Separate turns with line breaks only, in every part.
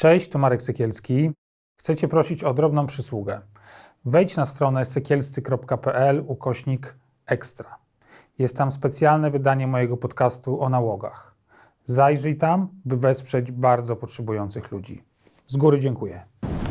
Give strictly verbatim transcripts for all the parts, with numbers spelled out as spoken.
Cześć, tu Marek Sekielski. Chcę Cię prosić o drobną przysługę. Wejdź na stronę sekielscy kropka p l ukośnik ekstra. Jest tam specjalne wydanie mojego podcastu o nałogach. Zajrzyj tam, by wesprzeć bardzo potrzebujących ludzi. Z góry dziękuję.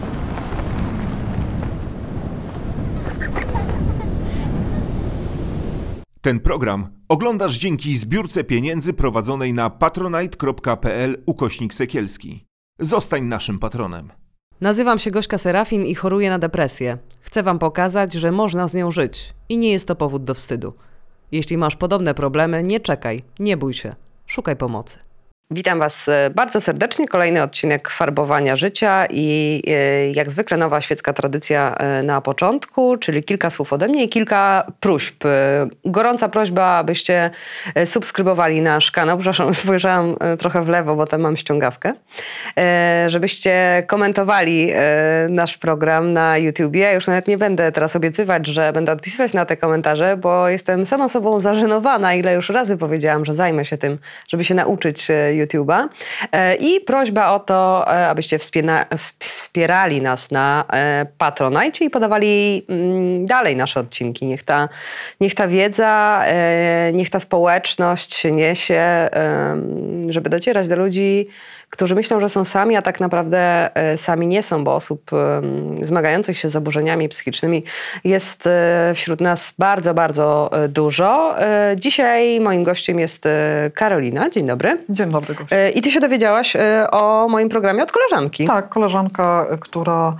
Ten program oglądasz dzięki zbiórce pieniędzy prowadzonej na patronite kropka p l ukośnik Sekielski. Zostań naszym patronem.
Nazywam się Gośka Serafin i choruję na depresję. Chcę Wam pokazać, że można z nią żyć i nie jest to powód do wstydu. Jeśli masz podobne problemy, nie czekaj, nie bój się, szukaj pomocy. Witam Was bardzo serdecznie. Kolejny odcinek Farbowania Życia i jak zwykle nowa świecka tradycja na początku, czyli kilka słów ode mnie i kilka próśb. Gorąca prośba, abyście subskrybowali nasz kanał. Przepraszam, spojrzałam trochę w lewo, bo tam mam ściągawkę. Żebyście komentowali nasz program na YouTubie. Ja już nawet nie będę teraz obiecywać, że będę odpisywać na te komentarze, bo jestem sama sobą zażenowana, ile już razy powiedziałam, że zajmę się tym, żeby się nauczyć YouTube'a. I prośba o to, abyście wspiera, wspierali nas na Patronite i podawali dalej nasze odcinki. Niech ta, niech ta wiedza, niech ta społeczność się niesie, żeby docierać do ludzi, którzy myślą, że są sami, a tak naprawdę sami nie są, bo osób zmagających się z zaburzeniami psychicznymi jest wśród nas bardzo, bardzo dużo. Dzisiaj moim gościem jest Karolina. Dzień dobry.
Dzień dobry, Gosia.
I ty się dowiedziałaś o moim programie od koleżanki.
Tak, koleżanka, która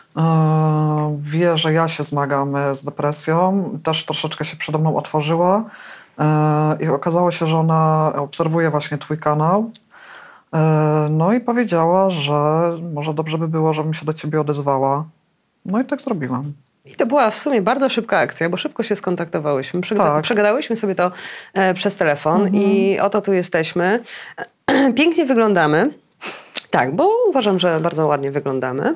wie, że ja się zmagam z depresją, też troszeczkę się przede mną otworzyła i okazało się, że ona obserwuje właśnie twój kanał. No i powiedziała, że może dobrze by było, żebym się do ciebie odezwała. No i tak zrobiłam.
I to była w sumie bardzo szybka akcja, bo szybko się skontaktowałyśmy. Przegada-
tak.
Przegadałyśmy sobie to e, przez telefon
Mhm.
i oto tu jesteśmy. Pięknie wyglądamy. Tak, bo uważam, że bardzo ładnie wyglądamy.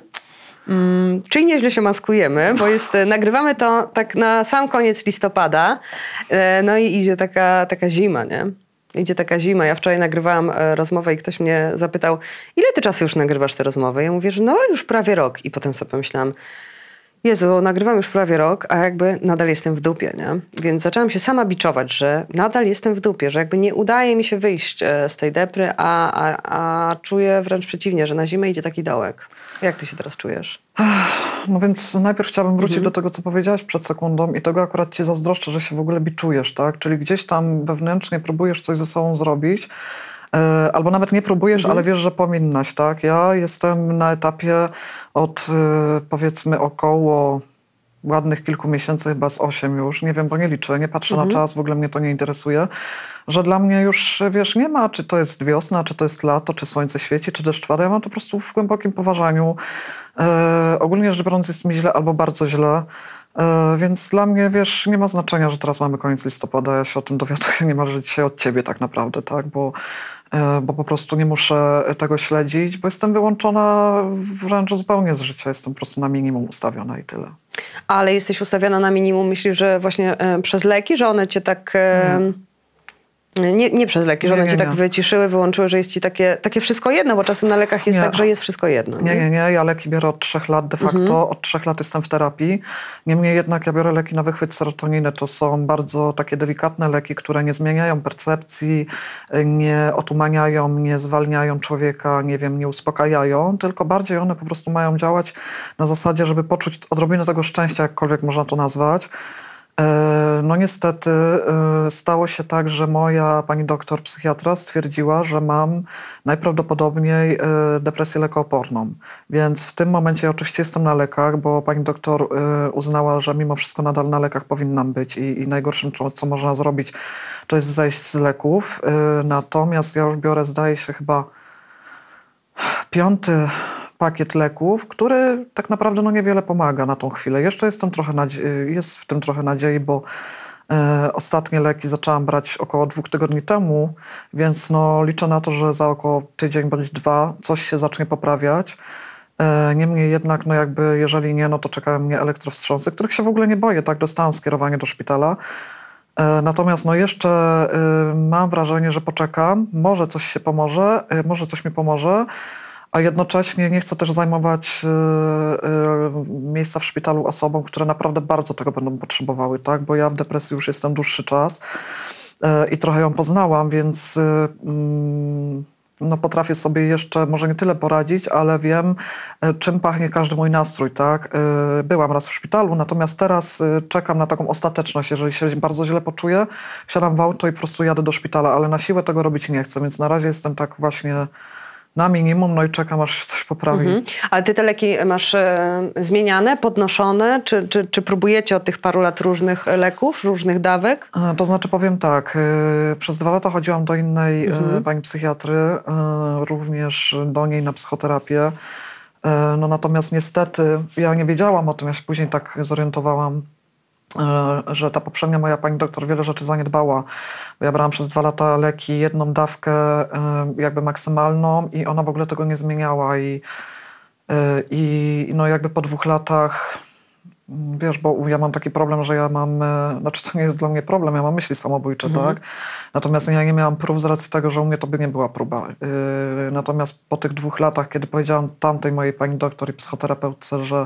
Mm, czyli nieźle się maskujemy, bo jest, nagrywamy to tak na sam koniec listopada. E, no i idzie taka, taka zima, nie? Idzie taka zima. Ja wczoraj nagrywałam e, rozmowę i ktoś mnie zapytał, ile ty czasu już nagrywasz tę rozmowę? Ja mówię, że no już prawie rok. I potem sobie pomyślałam, Jezu, nagrywam już prawie rok, a jakby nadal jestem w dupie, nie? Więc zaczęłam się sama biczować, że nadal jestem w dupie, że jakby nie udaje mi się wyjść e, z tej depry, a, a, a czuję wręcz przeciwnie, że na zimę idzie taki dołek. Jak ty się teraz czujesz?
No więc najpierw chciałabym wrócić
Mhm.
do tego, co powiedziałaś przed sekundą i tego akurat ci zazdroszczę, że się w ogóle biczujesz, tak? Czyli gdzieś tam wewnętrznie próbujesz coś ze sobą zrobić, e, albo nawet nie próbujesz,
Mhm.
ale wiesz, że powinnaś, tak? Ja jestem na etapie od e, powiedzmy około ładnych kilku miesięcy, chyba z osiem już, nie wiem, bo nie liczę, nie patrzę
Mhm.
na czas, w ogóle mnie to nie interesuje, że dla mnie już, wiesz, nie ma, czy to jest wiosna, czy to jest lato, czy słońce świeci, czy deszcz pada, ja mam to po prostu w głębokim poważaniu. E, ogólnie rzecz biorąc jest mi źle albo bardzo źle, e, więc dla mnie, wiesz, nie ma znaczenia, że teraz mamy koniec listopada, ja się o tym dowiaduję niemalże dzisiaj od ciebie tak naprawdę, tak, bo bo po prostu nie muszę tego śledzić, bo jestem wyłączona wręcz zupełnie z życia. Jestem po prostu na minimum ustawiona i tyle.
Ale jesteś ustawiona na minimum, myślisz, że właśnie e, przez leki, że one cię tak... E, nie, nie przez leki, że
Nie,
one
nie,
cię tak
nie.
wyciszyły, wyłączyły, że jest ci takie, takie wszystko jedno, bo czasem na lekach jest
Nie.
tak, że jest wszystko jedno.
Nie, nie, nie. Ja leki biorę od trzech lat de facto.
Mhm.
Od trzech lat jestem w terapii. Niemniej jednak ja biorę leki na wychwyt serotoniny. To są bardzo takie delikatne leki, które nie zmieniają percepcji, nie otumaniają, nie zwalniają człowieka, nie wiem, nie uspokajają, tylko bardziej one po prostu mają działać na zasadzie, żeby poczuć odrobinę tego szczęścia, jakkolwiek można to nazwać. No niestety stało się tak, że moja pani doktor psychiatra stwierdziła, że mam najprawdopodobniej depresję lekooporną. Więc w tym momencie ja oczywiście jestem na lekach, bo pani doktor uznała, że mimo wszystko nadal na lekach powinnam być i, i najgorszym, co można zrobić, to jest zejść z leków. Natomiast ja już biorę, zdaje się, chyba piąty pakiet leków, który tak naprawdę no, niewiele pomaga na tą chwilę. Jeszcze jestem trochę nadzie- jest w tym trochę nadziei, bo e, ostatnie leki zaczęłam brać około dwóch tygodni temu, więc no, liczę na to, że za około tydzień bądź dwa coś się zacznie poprawiać. E, niemniej jednak, no jakby jeżeli nie, no to czekają mnie elektrowstrząsy, których się w ogóle nie boję, tak? Dostałam skierowanie do szpitala. E, natomiast no jeszcze e, mam wrażenie, że poczekam, może coś się pomoże, e, może coś mi pomoże, a jednocześnie nie chcę też zajmować y, y, miejsca w szpitalu osobom, które naprawdę bardzo tego będą potrzebowały, tak? Bo ja w depresji już jestem dłuższy czas y, i trochę ją poznałam, więc y, y, no potrafię sobie jeszcze może nie tyle poradzić, ale wiem, y, czym pachnie każdy mój nastrój, tak? Y, byłam raz w szpitalu, natomiast teraz y, czekam na taką ostateczność. Jeżeli się bardzo źle poczuję, wsiadam w auto i po prostu jadę do szpitala, ale na siłę tego robić nie chcę, więc na razie jestem tak właśnie na minimum, no i czekam, aż się coś poprawi.
Mhm. Ale ty te leki masz e, zmieniane, podnoszone? Czy, czy, czy próbujecie od tych paru lat różnych leków, różnych dawek?
E, To znaczy powiem tak, e, przez dwa lata chodziłam do innej
Mhm.
e, pani psychiatry, e, również do niej na psychoterapię. E, No natomiast niestety ja nie wiedziałam o tym, ja się później tak zorientowałam, e, że ta poprzednia moja pani doktor wiele rzeczy zaniedbała. Bo ja brałam przez dwa lata leki, jedną dawkę e, jakby maksymalną i ona w ogóle tego nie zmieniała i, e, i no jakby po dwóch latach, m, wiesz, bo ja mam taki problem, że ja mam, e, znaczy to nie jest dla mnie problem, ja mam myśli samobójcze, tak? Natomiast ja nie miałam prób z racji tego, że u mnie to by nie była próba. E, Natomiast po tych dwóch latach, kiedy powiedziałam tamtej mojej pani doktor i psychoterapeutce, że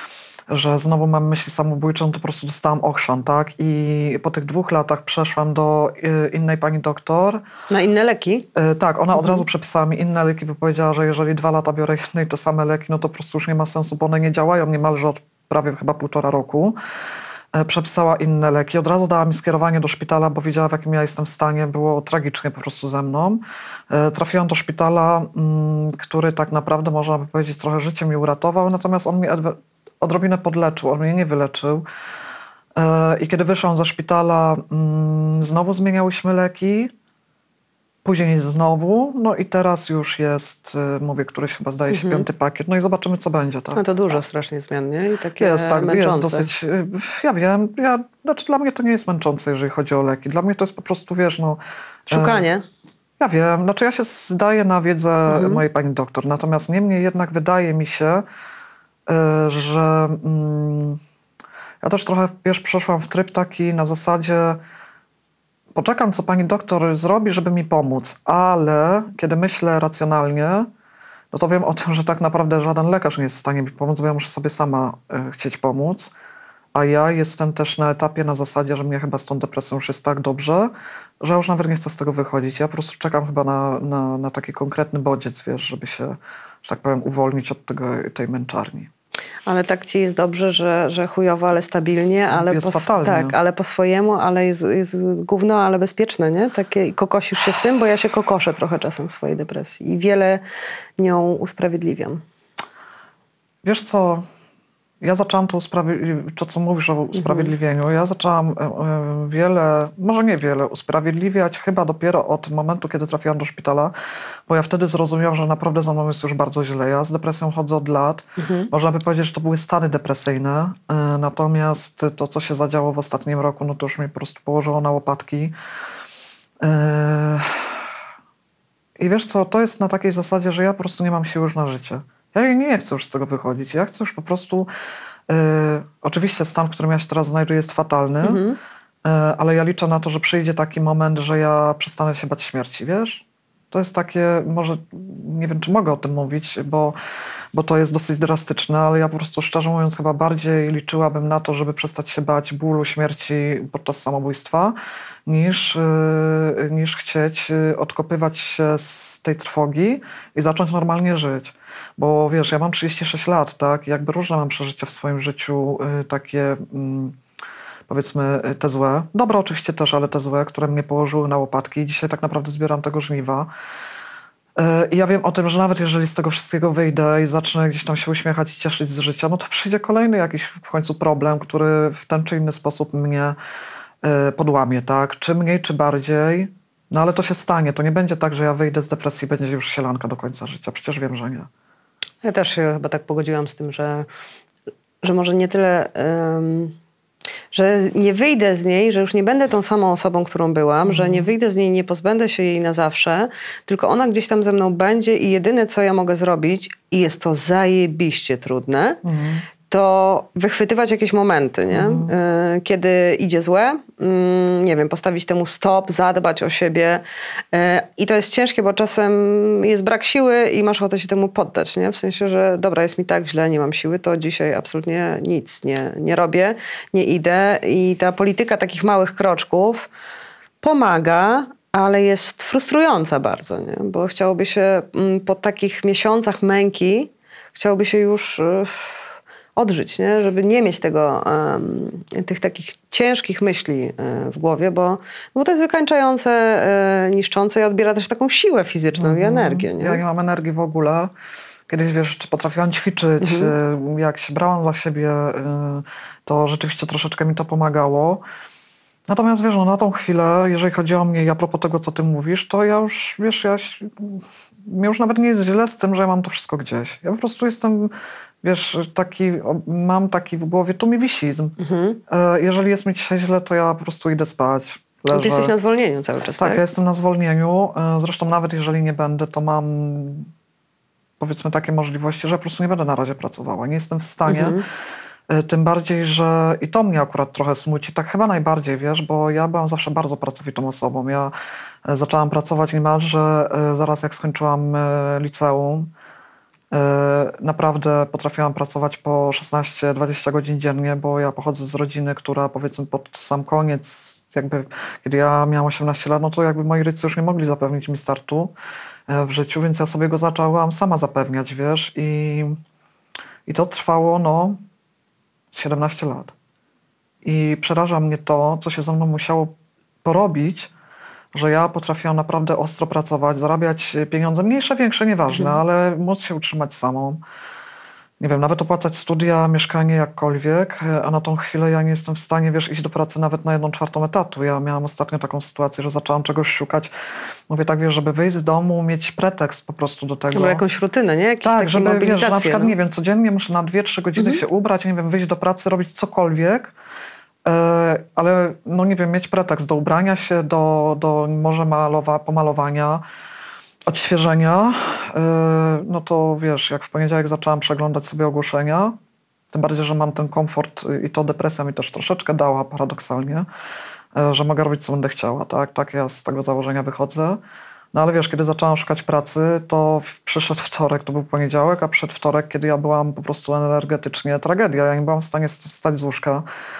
że znowu mam myśli samobójcze, no to po prostu dostałam ochrzan, tak? I po tych dwóch latach przeszłam do y, innej pani doktor.
Na inne leki?
Y, tak, ona od razu przepisała mi inne leki, bo powiedziała, że jeżeli dwa lata biorę jedne i te same leki, no to po prostu już nie ma sensu, bo one nie działają niemalże od prawie chyba półtora roku. Y, Przepisała inne leki. Od razu dała mi skierowanie do szpitala, bo wiedziała, w jakim ja jestem stanie. Było tragicznie po prostu ze mną. Y, Trafiłam do szpitala, mm, który tak naprawdę, można by powiedzieć, trochę życie mi uratował, natomiast on mi adwe- odrobinę podleczył, on mnie nie wyleczył. E, I kiedy wyszłam ze szpitala, mm, znowu zmieniałyśmy leki, później znowu, no i teraz już jest, y, mówię, któryś chyba zdaje się piąty pakiet, no i zobaczymy, co będzie, tak?
No to dużo strasznie zmian, nie? I takie
Jest, tak,
męczące.
jest dosyć, y, ja wiem, ja, znaczy dla mnie to nie jest męczące, jeżeli chodzi o leki. Dla mnie to jest po prostu, wiesz, no... e,
Szukanie.
Ja wiem, znaczy ja się zdaję na wiedzę mojej pani doktor, natomiast niemniej jednak wydaje mi się, y, że mm, ja też trochę, wiesz, przeszłam w tryb taki na zasadzie poczekam, co pani doktor zrobi, żeby mi pomóc, ale kiedy myślę racjonalnie, no to wiem o tym, że tak naprawdę żaden lekarz nie jest w stanie mi pomóc, bo ja muszę sobie sama y, chcieć pomóc. A ja jestem też na etapie na zasadzie, że mnie chyba z tą depresją już jest tak dobrze, że ja już nawet nie chcę z tego wychodzić. Ja po prostu czekam chyba na, na, na taki konkretny bodziec, wiesz, żeby się, że tak powiem, uwolnić od tego, tej męczarni.
Ale tak ci jest dobrze, że, że chujowo, ale stabilnie, ale
Jest
po,
fatalnie.
tak, ale po swojemu, ale jest, jest gówno, ale bezpieczne, nie? Takie, kokosisz się w tym, bo ja się kokoszę trochę czasem w swojej depresji i wiele nią usprawiedliwiam.
Wiesz co, ja zaczęłam to, usprawiedli- to co mówisz o usprawiedliwieniu, ja zaczęłam y, y, wiele, może nie wiele, usprawiedliwiać chyba dopiero od momentu, kiedy trafiłam do szpitala, bo ja wtedy zrozumiałam, że naprawdę ze mną jest już bardzo źle. Ja z depresją chodzę od lat. Można by powiedzieć, że to były stany depresyjne, y, natomiast to, co się zadziało w ostatnim roku, no to już mnie po prostu położyło na łopatki. Y, I wiesz co, to jest na takiej zasadzie, że ja po prostu nie mam siły już na życie. Ja nie chcę już z tego wychodzić. Ja chcę już po prostu... Yy, oczywiście stan, w którym ja się teraz znajduję, jest fatalny,
Mhm.
yy, ale ja liczę na to, że przyjdzie taki moment, że ja przestanę się bać śmierci, wiesz? To jest takie, może nie wiem, czy mogę o tym mówić, bo, bo to jest dosyć drastyczne, ale ja po prostu szczerze mówiąc chyba bardziej liczyłabym na to, żeby przestać się bać bólu, śmierci podczas samobójstwa, niż, yy, niż chcieć yy, odkopywać się z tej trwogi i zacząć normalnie żyć. Bo wiesz, ja mam trzydzieści sześć lat, tak? I jakby różne mam przeżycia w swoim życiu, yy, takie... Yy, powiedzmy te złe, dobre oczywiście też, ale te złe, które mnie położyły na łopatki i dzisiaj tak naprawdę zbieram tego żniwa. I ja wiem o tym, że nawet jeżeli z tego wszystkiego wyjdę i zacznę gdzieś tam się uśmiechać i cieszyć z życia, no to przyjdzie kolejny jakiś w końcu problem, który w ten czy inny sposób mnie podłamie, tak? Czy mniej, czy bardziej. No ale to się stanie. To nie będzie tak, że ja wyjdę z depresji i będzie już sielanka do końca życia. Przecież wiem, że nie.
Ja też się chyba tak pogodziłam z tym, że, że może nie tyle... Um... że nie wyjdę z niej, że już nie będę tą samą osobą, którą byłam, mm. że nie wyjdę z niej, nie pozbędę się jej na zawsze, tylko ona gdzieś tam ze mną będzie i jedyne, co ja mogę zrobić, i jest to zajebiście trudne, mm. to wychwytywać jakieś momenty, nie?
Mhm.
Y, Kiedy idzie złe, y, nie wiem, postawić temu stop, zadbać o siebie. Y, I to jest ciężkie, bo czasem jest brak siły i masz ochotę się temu poddać, nie? W sensie, że dobra, jest mi tak źle, nie mam siły, to dzisiaj absolutnie nic nie, nie robię, nie idę. I ta polityka takich małych kroczków pomaga, ale jest frustrująca bardzo, nie? Bo chciałoby się mm, po takich miesiącach męki, chciałoby się już y, odżyć, nie? Żeby nie mieć tego, um, tych takich ciężkich myśli y, w głowie, bo, no bo to jest wykańczające, y, niszczące i odbiera też taką siłę fizyczną mm-hmm. i energię. Nie?
Ja nie mam energii w ogóle. Kiedyś, wiesz, potrafiłam ćwiczyć. Mm-hmm. Jak się brałam za siebie, y, to rzeczywiście troszeczkę mi to pomagało. Natomiast wiesz, no na tą chwilę, jeżeli chodzi o mnie i a propos tego, co ty mówisz, to ja już, wiesz, ja, mnie już nawet nie jest źle z tym, że ja mam to wszystko gdzieś. Ja po prostu jestem, wiesz, taki, mam taki w głowie tumiwisizm. Mhm. Jeżeli jest mi dzisiaj źle, to ja po prostu idę spać, leżę.
Ty jesteś na zwolnieniu cały czas, tak?
Tak, ja jestem na zwolnieniu. Zresztą nawet jeżeli nie będę, to mam, powiedzmy, takie możliwości, że ja po prostu nie będę na razie pracowała. Nie jestem w stanie. Mhm. Tym bardziej, że i to mnie akurat trochę smuci, tak chyba najbardziej, wiesz, bo ja byłam zawsze bardzo pracowitą osobą. Ja zaczęłam pracować niemalże zaraz jak skończyłam liceum. Naprawdę potrafiłam pracować po szesnaście dwadzieścia godzin dziennie, bo ja pochodzę z rodziny, która powiedzmy pod sam koniec, jakby kiedy ja miałam osiemnaście lat, no to jakby moi rodzice już nie mogli zapewnić mi startu w życiu, więc ja sobie go zaczęłam sama zapewniać, wiesz, i, i to trwało, no, siedemnaście lat. I przeraża mnie to, co się ze mną musiało porobić, że ja potrafiłam naprawdę ostro pracować, zarabiać pieniądze, mniejsze, większe, nieważne, mhm. ale móc się utrzymać samą. Nie wiem, nawet opłacać studia, mieszkanie, jakkolwiek, a na tą chwilę ja nie jestem w stanie, wiesz, iść do pracy nawet na jedną czwartą etatu. Ja miałam ostatnio taką sytuację, że zaczęłam czegoś szukać. Mówię tak, wiesz, żeby wyjść z domu, mieć pretekst po prostu do tego.
Albo jakąś rutynę, nie? Jakieś
tak, żeby, wiesz, że na przykład,
no?
nie wiem, codziennie muszę na dwie trzy godziny mhm. się ubrać, nie wiem, wyjść do pracy, robić cokolwiek, yy, ale, no nie wiem, mieć pretekst do ubrania się, do, do może malowa, pomalowania, odświeżenia, no to wiesz, jak w poniedziałek zaczęłam przeglądać sobie ogłoszenia, tym bardziej, że mam ten komfort i to depresja mi też troszeczkę dała paradoksalnie, że mogę robić, co będę chciała, tak? Tak ja z tego założenia wychodzę. No ale wiesz, kiedy zaczęłam szukać pracy, to przyszedł wtorek, to był poniedziałek, a przyszedł wtorek, kiedy ja byłam po prostu energetycznie tragedia. Ja nie byłam w stanie wstać z łóżka.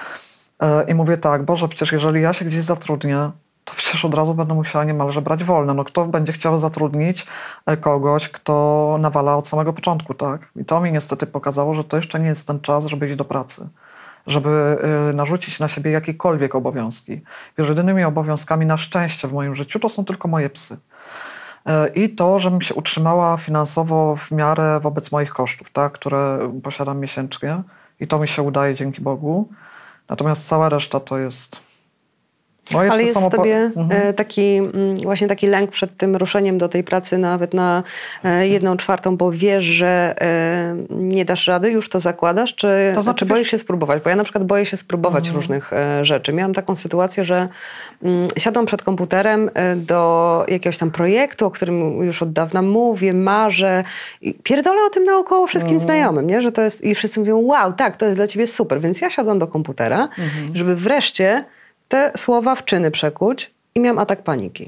I mówię tak, Boże, przecież jeżeli ja się gdzieś zatrudnię, to przecież od razu będę musiała niemalże brać wolne. No kto będzie chciał zatrudnić kogoś, kto nawala od samego początku, tak? I to mi niestety pokazało, że to jeszcze nie jest ten czas, żeby iść do pracy. Żeby y, narzucić na siebie jakiekolwiek obowiązki. Wiesz, jedynymi obowiązkami na szczęście w moim życiu to są tylko moje psy. Y, I to, żebym się utrzymała finansowo w miarę wobec moich kosztów, tak? Które posiadam miesięcznie. I to mi się udaje, dzięki Bogu. Natomiast cała reszta to jest... Moje
Ale jest w tobie
mhm.
taki, właśnie taki lęk przed tym ruszeniem do tej pracy nawet na jedną czwartą, bo wiesz, że nie dasz rady, już to zakładasz, czy,
to znaczy,
czy boisz się spróbować? Bo ja na przykład boję się spróbować mhm. różnych rzeczy. Miałam taką sytuację, że siadłam przed komputerem do jakiegoś tam projektu, o którym już od dawna mówię, marzę i pierdolę o tym naokoło wszystkim mhm. znajomym, nie? Że to jest, i wszyscy mówią, wow, tak, to jest dla ciebie super. Więc ja siadłam do komputera, mhm. żeby wreszcie te słowa w czyny przekuć i miałam atak paniki.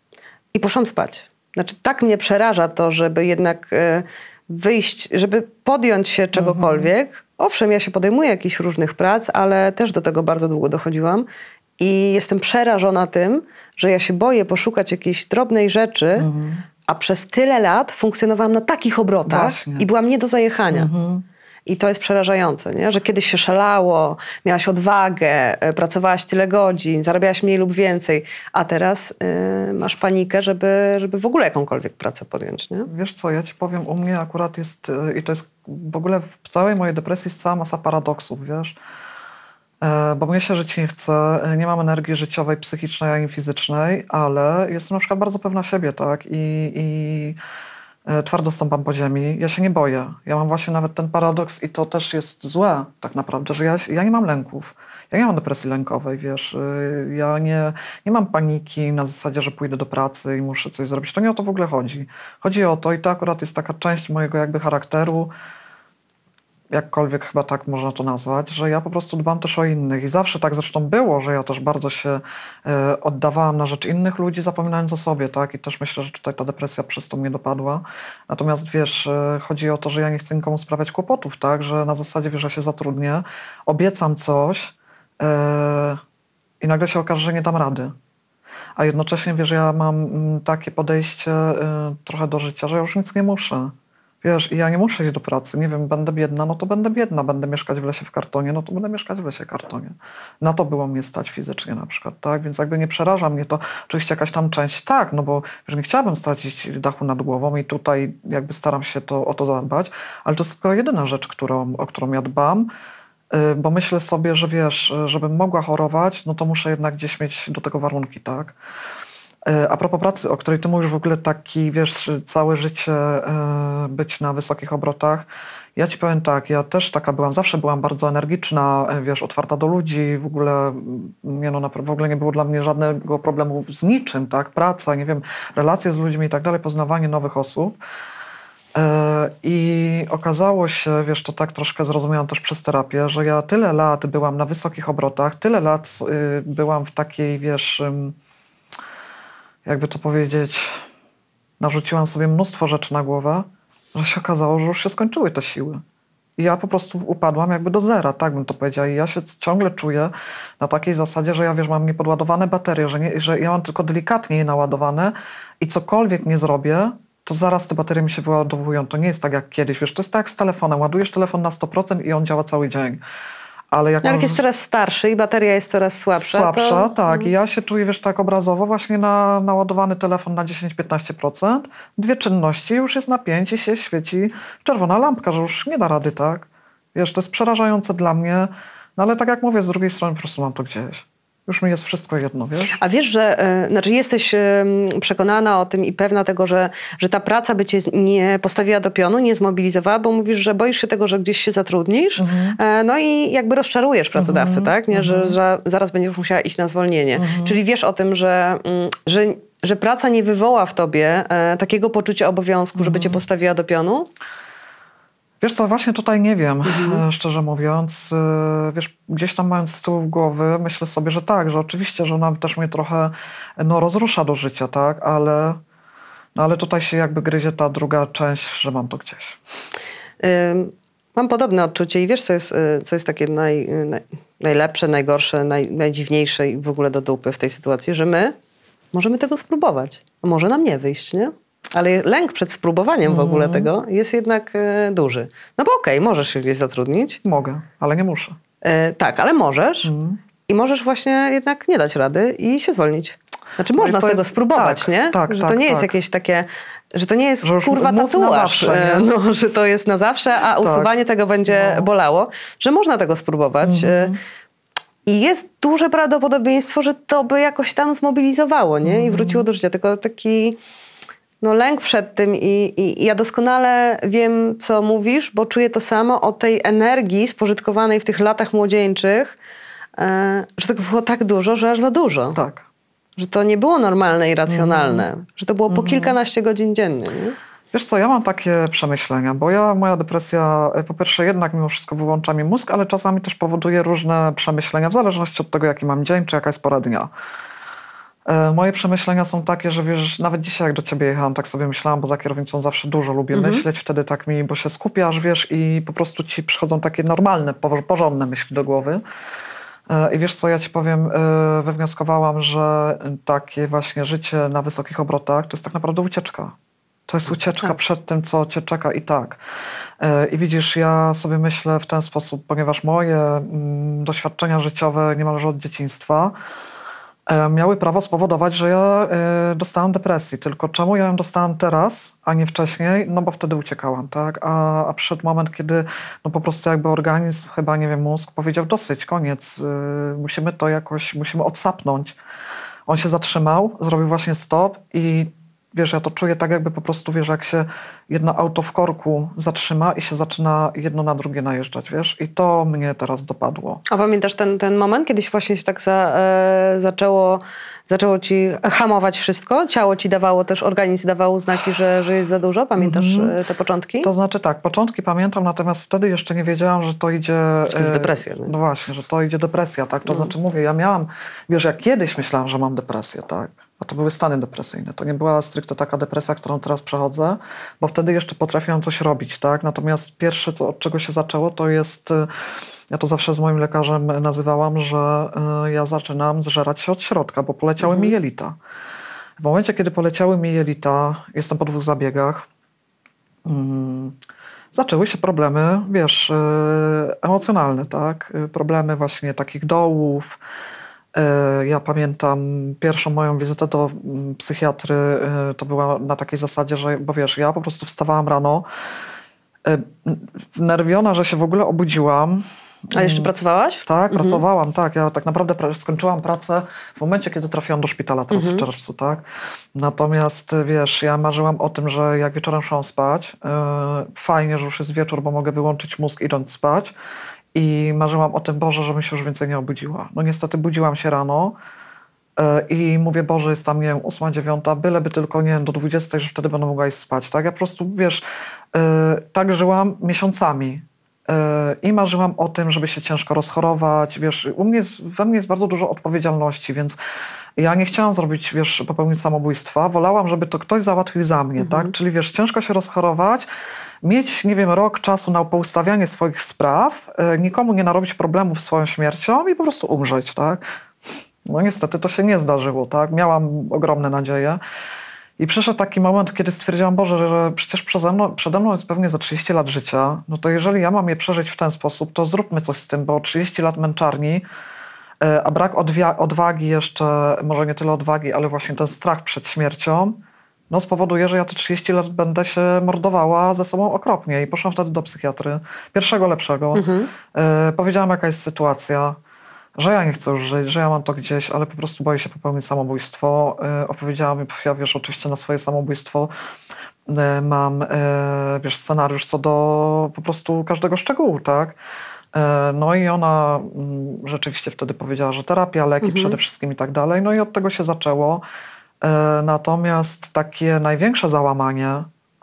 I poszłam spać. Znaczy tak mnie przeraża to, żeby jednak e, wyjść, żeby podjąć się czegokolwiek. Mhm. Owszem, ja się podejmuję jakichś różnych prac, ale też do tego bardzo długo dochodziłam. I jestem przerażona tym, że ja się boję poszukać jakiejś drobnej rzeczy, mhm. a przez tyle lat funkcjonowałam na takich obrotach Właśnie. i byłam nie do zajechania. Mhm. I to jest przerażające, nie? Że kiedyś się szalało, miałaś odwagę, pracowałaś tyle godzin, zarabiałaś mniej lub więcej, a teraz yy, masz panikę, żeby, żeby w ogóle jakąkolwiek pracę podjąć, nie?
Wiesz co, ja ci powiem, u mnie akurat jest, i to jest w ogóle w całej mojej depresji jest cała masa paradoksów, wiesz? Bo mnie się żyć nie chce, nie mam energii życiowej, psychicznej ani fizycznej, ale jestem na przykład bardzo pewna siebie, tak? I... i twardo stąpam po ziemi. Ja się nie boję. Ja mam właśnie nawet ten paradoks i to też jest złe tak naprawdę, że ja, ja nie mam lęków. Ja nie mam depresji lękowej, wiesz. Ja nie, nie mam paniki na zasadzie, że pójdę do pracy i muszę coś zrobić. To nie o to w ogóle chodzi. Chodzi o to i to akurat jest taka część mojego jakby charakteru. jakkolwiek chyba tak można to nazwać, że ja po prostu dbam też o innych i zawsze tak zresztą było, że ja też bardzo się y, oddawałam na rzecz innych ludzi, zapominając o sobie, tak? I też myślę, że tutaj ta depresja przez to mnie dopadła. Natomiast wiesz, y, chodzi o to, że ja nie chcę nikomu sprawiać kłopotów, tak? Że na zasadzie, wiesz, że się zatrudnię, obiecam coś y, i nagle się okaże, że nie dam rady. A jednocześnie, wiesz, ja mam mm, takie podejście y, trochę do życia, że ja już nic nie muszę. Wiesz, i ja nie muszę iść do pracy, nie wiem, będę biedna, no to będę biedna, będę mieszkać w lesie w kartonie, no to będę mieszkać w lesie w kartonie. Na to było mnie stać fizycznie na przykład, tak? Więc jakby nie przeraża mnie to, oczywiście jakaś tam część, tak, no bo wiesz, nie chciałabym stracić dachu nad głową i tutaj jakby staram się to, o to zadbać, ale to jest tylko jedyna rzecz, którą, o którą ja dbam, yy, bo myślę sobie, że wiesz, żebym mogła chorować, no to muszę jednak gdzieś mieć do tego warunki, tak? A propos pracy, o której ty mówisz w ogóle taki, wiesz, całe życie y, być na wysokich obrotach. Ja ci powiem tak, ja też taka byłam, zawsze byłam bardzo energiczna, wiesz, otwarta do ludzi, w ogóle, nie no, w ogóle nie było dla mnie żadnego problemu z niczym, tak, praca, nie wiem, relacje z ludźmi i tak dalej, poznawanie nowych osób. Y, I okazało się, wiesz, to tak troszkę zrozumiałam też przez terapię, że ja tyle lat byłam na wysokich obrotach, tyle lat y, byłam w takiej, wiesz... Y, jakby to powiedzieć, narzuciłam sobie mnóstwo rzeczy na głowę, że się okazało, że już się skończyły te siły. I ja po prostu upadłam jakby do zera, tak bym to powiedziała. I ja się ciągle czuję na takiej zasadzie, że ja, wiesz, mam niepodładowane baterie, że, nie, że ja mam tylko delikatnie je naładowane i cokolwiek nie zrobię, to zaraz te baterie mi się wyładowują. To nie jest tak jak kiedyś, wiesz, to jest tak jak z telefonem. Ładujesz telefon na sto procent i on działa cały dzień. Ale jak,
jak
on...
jest coraz starszy i bateria jest coraz słabsza.
Słabsza,
to...
tak. I ja się czuję, wiesz, tak obrazowo właśnie na naładowany telefon na dziesięć do piętnastu procent. Dwie czynności, już jest na pięć i się świeci czerwona lampka, że już nie da rady, tak? Wiesz, to jest przerażające dla mnie, no ale tak jak mówię, z drugiej strony po prostu mam to gdzieś. Już mi jest wszystko jedno, wiesz?
A wiesz, że y, znaczy jesteś y, przekonana o tym i pewna tego, że, że ta praca by cię nie postawiła do pionu, nie zmobilizowała, bo mówisz, że boisz się tego, że gdzieś się zatrudnisz, mhm. y, no i jakby rozczarujesz pracodawcę, mhm. tak? Nie? Że, mhm. że zaraz będziesz musiała iść na zwolnienie. Mhm. Czyli wiesz o tym, że, y, że, że praca nie wywoła w tobie y, takiego poczucia obowiązku, mhm. żeby cię postawiła do pionu?
Wiesz co, właśnie tutaj nie wiem,
mhm.
szczerze mówiąc. Wiesz, gdzieś tam mając z tyłu głowy, myślę sobie, że tak, że oczywiście, że ona też mnie trochę no, rozrusza do życia, tak, ale, no, ale tutaj się jakby gryzie ta druga część, że mam to gdzieś.
Ym, mam podobne odczucie i wiesz, co jest, co jest takie naj, naj, najlepsze, najgorsze, naj, najdziwniejsze i w ogóle do dupy w tej sytuacji, że my możemy tego spróbować. Może nam nie wyjść, nie? Ale lęk przed spróbowaniem w ogóle tego jest jednak e, duży. No bo okej, okay, możesz się gdzieś zatrudnić.
Mogę, ale nie muszę.
E, tak, ale możesz. Mm. I możesz właśnie jednak nie dać rady i się zwolnić. Znaczy
no
można z tego
jest,
spróbować,
tak,
nie?
Tak,
że
tak,
to nie
tak.
jest jakieś takie, że to nie jest
że
kurwa tatuaż,
zawsze,
no, że to jest na zawsze, a tak. usuwanie tego będzie no. bolało. Że można tego spróbować. Mm-hmm. I jest duże prawdopodobieństwo, że to by jakoś tam zmobilizowało, nie? I wróciło do życia. Tylko taki... No lęk przed tym i, i, i ja doskonale wiem, co mówisz, bo czuję to samo o tej energii spożytkowanej w tych latach młodzieńczych, e, że tego było tak dużo, że aż za dużo.
Tak.
Że to nie było normalne i racjonalne. Mm. Że to było po kilkanaście godzin dziennie. Nie?
Wiesz co, ja mam takie przemyślenia, bo ja, moja depresja po pierwsze jednak mimo wszystko wyłącza mi mózg, ale czasami też powoduje różne przemyślenia w zależności od tego, jaki mam dzień, czy jaka jest pora dnia. Moje przemyślenia są takie, że wiesz, nawet dzisiaj jak do ciebie jechałam, tak sobie myślałam, bo za kierownicą zawsze dużo lubię mhm. myśleć, wtedy tak mi, bo się skupiasz, wiesz, i po prostu ci przychodzą takie normalne, porządne myśli do głowy. I wiesz co, ja ci powiem, wywnioskowałam, że takie właśnie życie na wysokich obrotach to jest tak naprawdę ucieczka. To jest ucieczka tak. przed tym, co cię czeka i tak. I widzisz, ja sobie myślę w ten sposób, ponieważ moje mm, doświadczenia życiowe niemalże od dzieciństwa miały prawo spowodować, że ja y, dostałam depresji. Tylko czemu ja ją dostałam teraz, a nie wcześniej? No bo wtedy uciekałam, tak? A, a przyszedł moment, kiedy no po prostu jakby organizm, chyba nie wiem, mózg powiedział dosyć, koniec. Y, musimy to jakoś, musimy odsapnąć. On się zatrzymał, zrobił właśnie stop i wiesz, ja to czuję tak jakby po prostu, wiesz, jak się jedno auto w korku zatrzyma i się zaczyna jedno na drugie najeżdżać, wiesz, i to mnie teraz dopadło.
A pamiętasz ten, ten moment, kiedyś właśnie się tak za, e, zaczęło, zaczęło ci hamować wszystko? Ciało ci dawało też, organizm dawał znaki, że, że jest za dużo? Pamiętasz mm-hmm. te początki?
To znaczy tak, początki pamiętam, natomiast wtedy jeszcze nie wiedziałam, że to idzie...
Że to jest depresja.
E, no właśnie, że to idzie depresja, tak? To mm. znaczy mówię, ja miałam, wiesz, ja kiedyś myślałam, że mam depresję, tak? A to były stany depresyjne. To nie była stricte taka depresja, którą teraz przechodzę, bo wtedy jeszcze potrafiłam coś robić, tak? Natomiast pierwsze, co, od czego się zaczęło, to jest, ja to zawsze z moim lekarzem nazywałam, że y, ja zaczynam zżerać się od środka, bo poleciały mhm. mi jelita. W momencie, kiedy poleciały mi jelita, jestem po dwóch zabiegach, y, zaczęły się problemy, wiesz, y, emocjonalne, tak? Y, problemy właśnie takich dołów. Ja pamiętam pierwszą moją wizytę do psychiatry, to była na takiej zasadzie, że, bo wiesz, ja po prostu wstawałam rano, wnerwiona, że się w ogóle obudziłam.
Ale jeszcze pracowałaś?
Tak,
mhm.
pracowałam, tak. Ja tak naprawdę pra- skończyłam pracę w momencie, kiedy trafiłam do szpitala teraz mhm. w czerwcu, tak. Natomiast, wiesz, ja marzyłam o tym, że jak wieczorem szłam spać, yy, fajnie, że już jest wieczór, bo mogę wyłączyć mózg idąc spać. I marzyłam o tym, Boże, żebym się już więcej nie obudziła. No niestety budziłam się rano yy, i mówię, Boże, jest tam, nie wiem, ósma, dziewiąta, byleby tylko, nie wiem, do dwudziestej, że wtedy będę mogła iść spać, tak? Ja po prostu, wiesz, yy, tak żyłam miesiącami yy, i marzyłam o tym, żeby się ciężko rozchorować, wiesz, u mnie jest, we mnie jest bardzo dużo odpowiedzialności, więc ja nie chciałam zrobić, wiesz, popełnić samobójstwa, wolałam, żeby to ktoś załatwił za mnie, mhm. tak? Czyli, wiesz, ciężko się rozchorować, mieć, nie wiem, rok czasu na poustawianie swoich spraw, yy, nikomu nie narobić problemów swoją śmiercią i po prostu umrzeć, tak? No niestety to się nie zdarzyło, tak? Miałam ogromne nadzieje. I przyszedł taki moment, kiedy stwierdziłam, Boże, że, że przecież przeze mną, przede mną jest pewnie za trzydzieści lat życia, no to jeżeli ja mam je przeżyć w ten sposób, to zróbmy coś z tym, bo trzydzieści lat męczarni, yy, a brak odwia- odwagi jeszcze, może nie tyle odwagi, ale właśnie ten strach przed śmiercią, no spowoduje, że ja te trzydzieści lat będę się mordowała ze sobą okropnie. I poszłam wtedy do psychiatry, pierwszego lepszego. Mhm. Yy, powiedziałam, jaka jest sytuacja, że ja nie chcę już żyć, że ja mam to gdzieś, ale po prostu boję się popełnić samobójstwo. Yy, opowiedziałam, ja wiesz, oczywiście na swoje samobójstwo yy, mam, yy, wiesz, scenariusz co do po prostu każdego szczegółu, tak? Yy, no i ona yy, rzeczywiście wtedy powiedziała, że terapia, leki mhm. przede wszystkim i tak dalej. No i od tego się zaczęło. Natomiast takie największe załamanie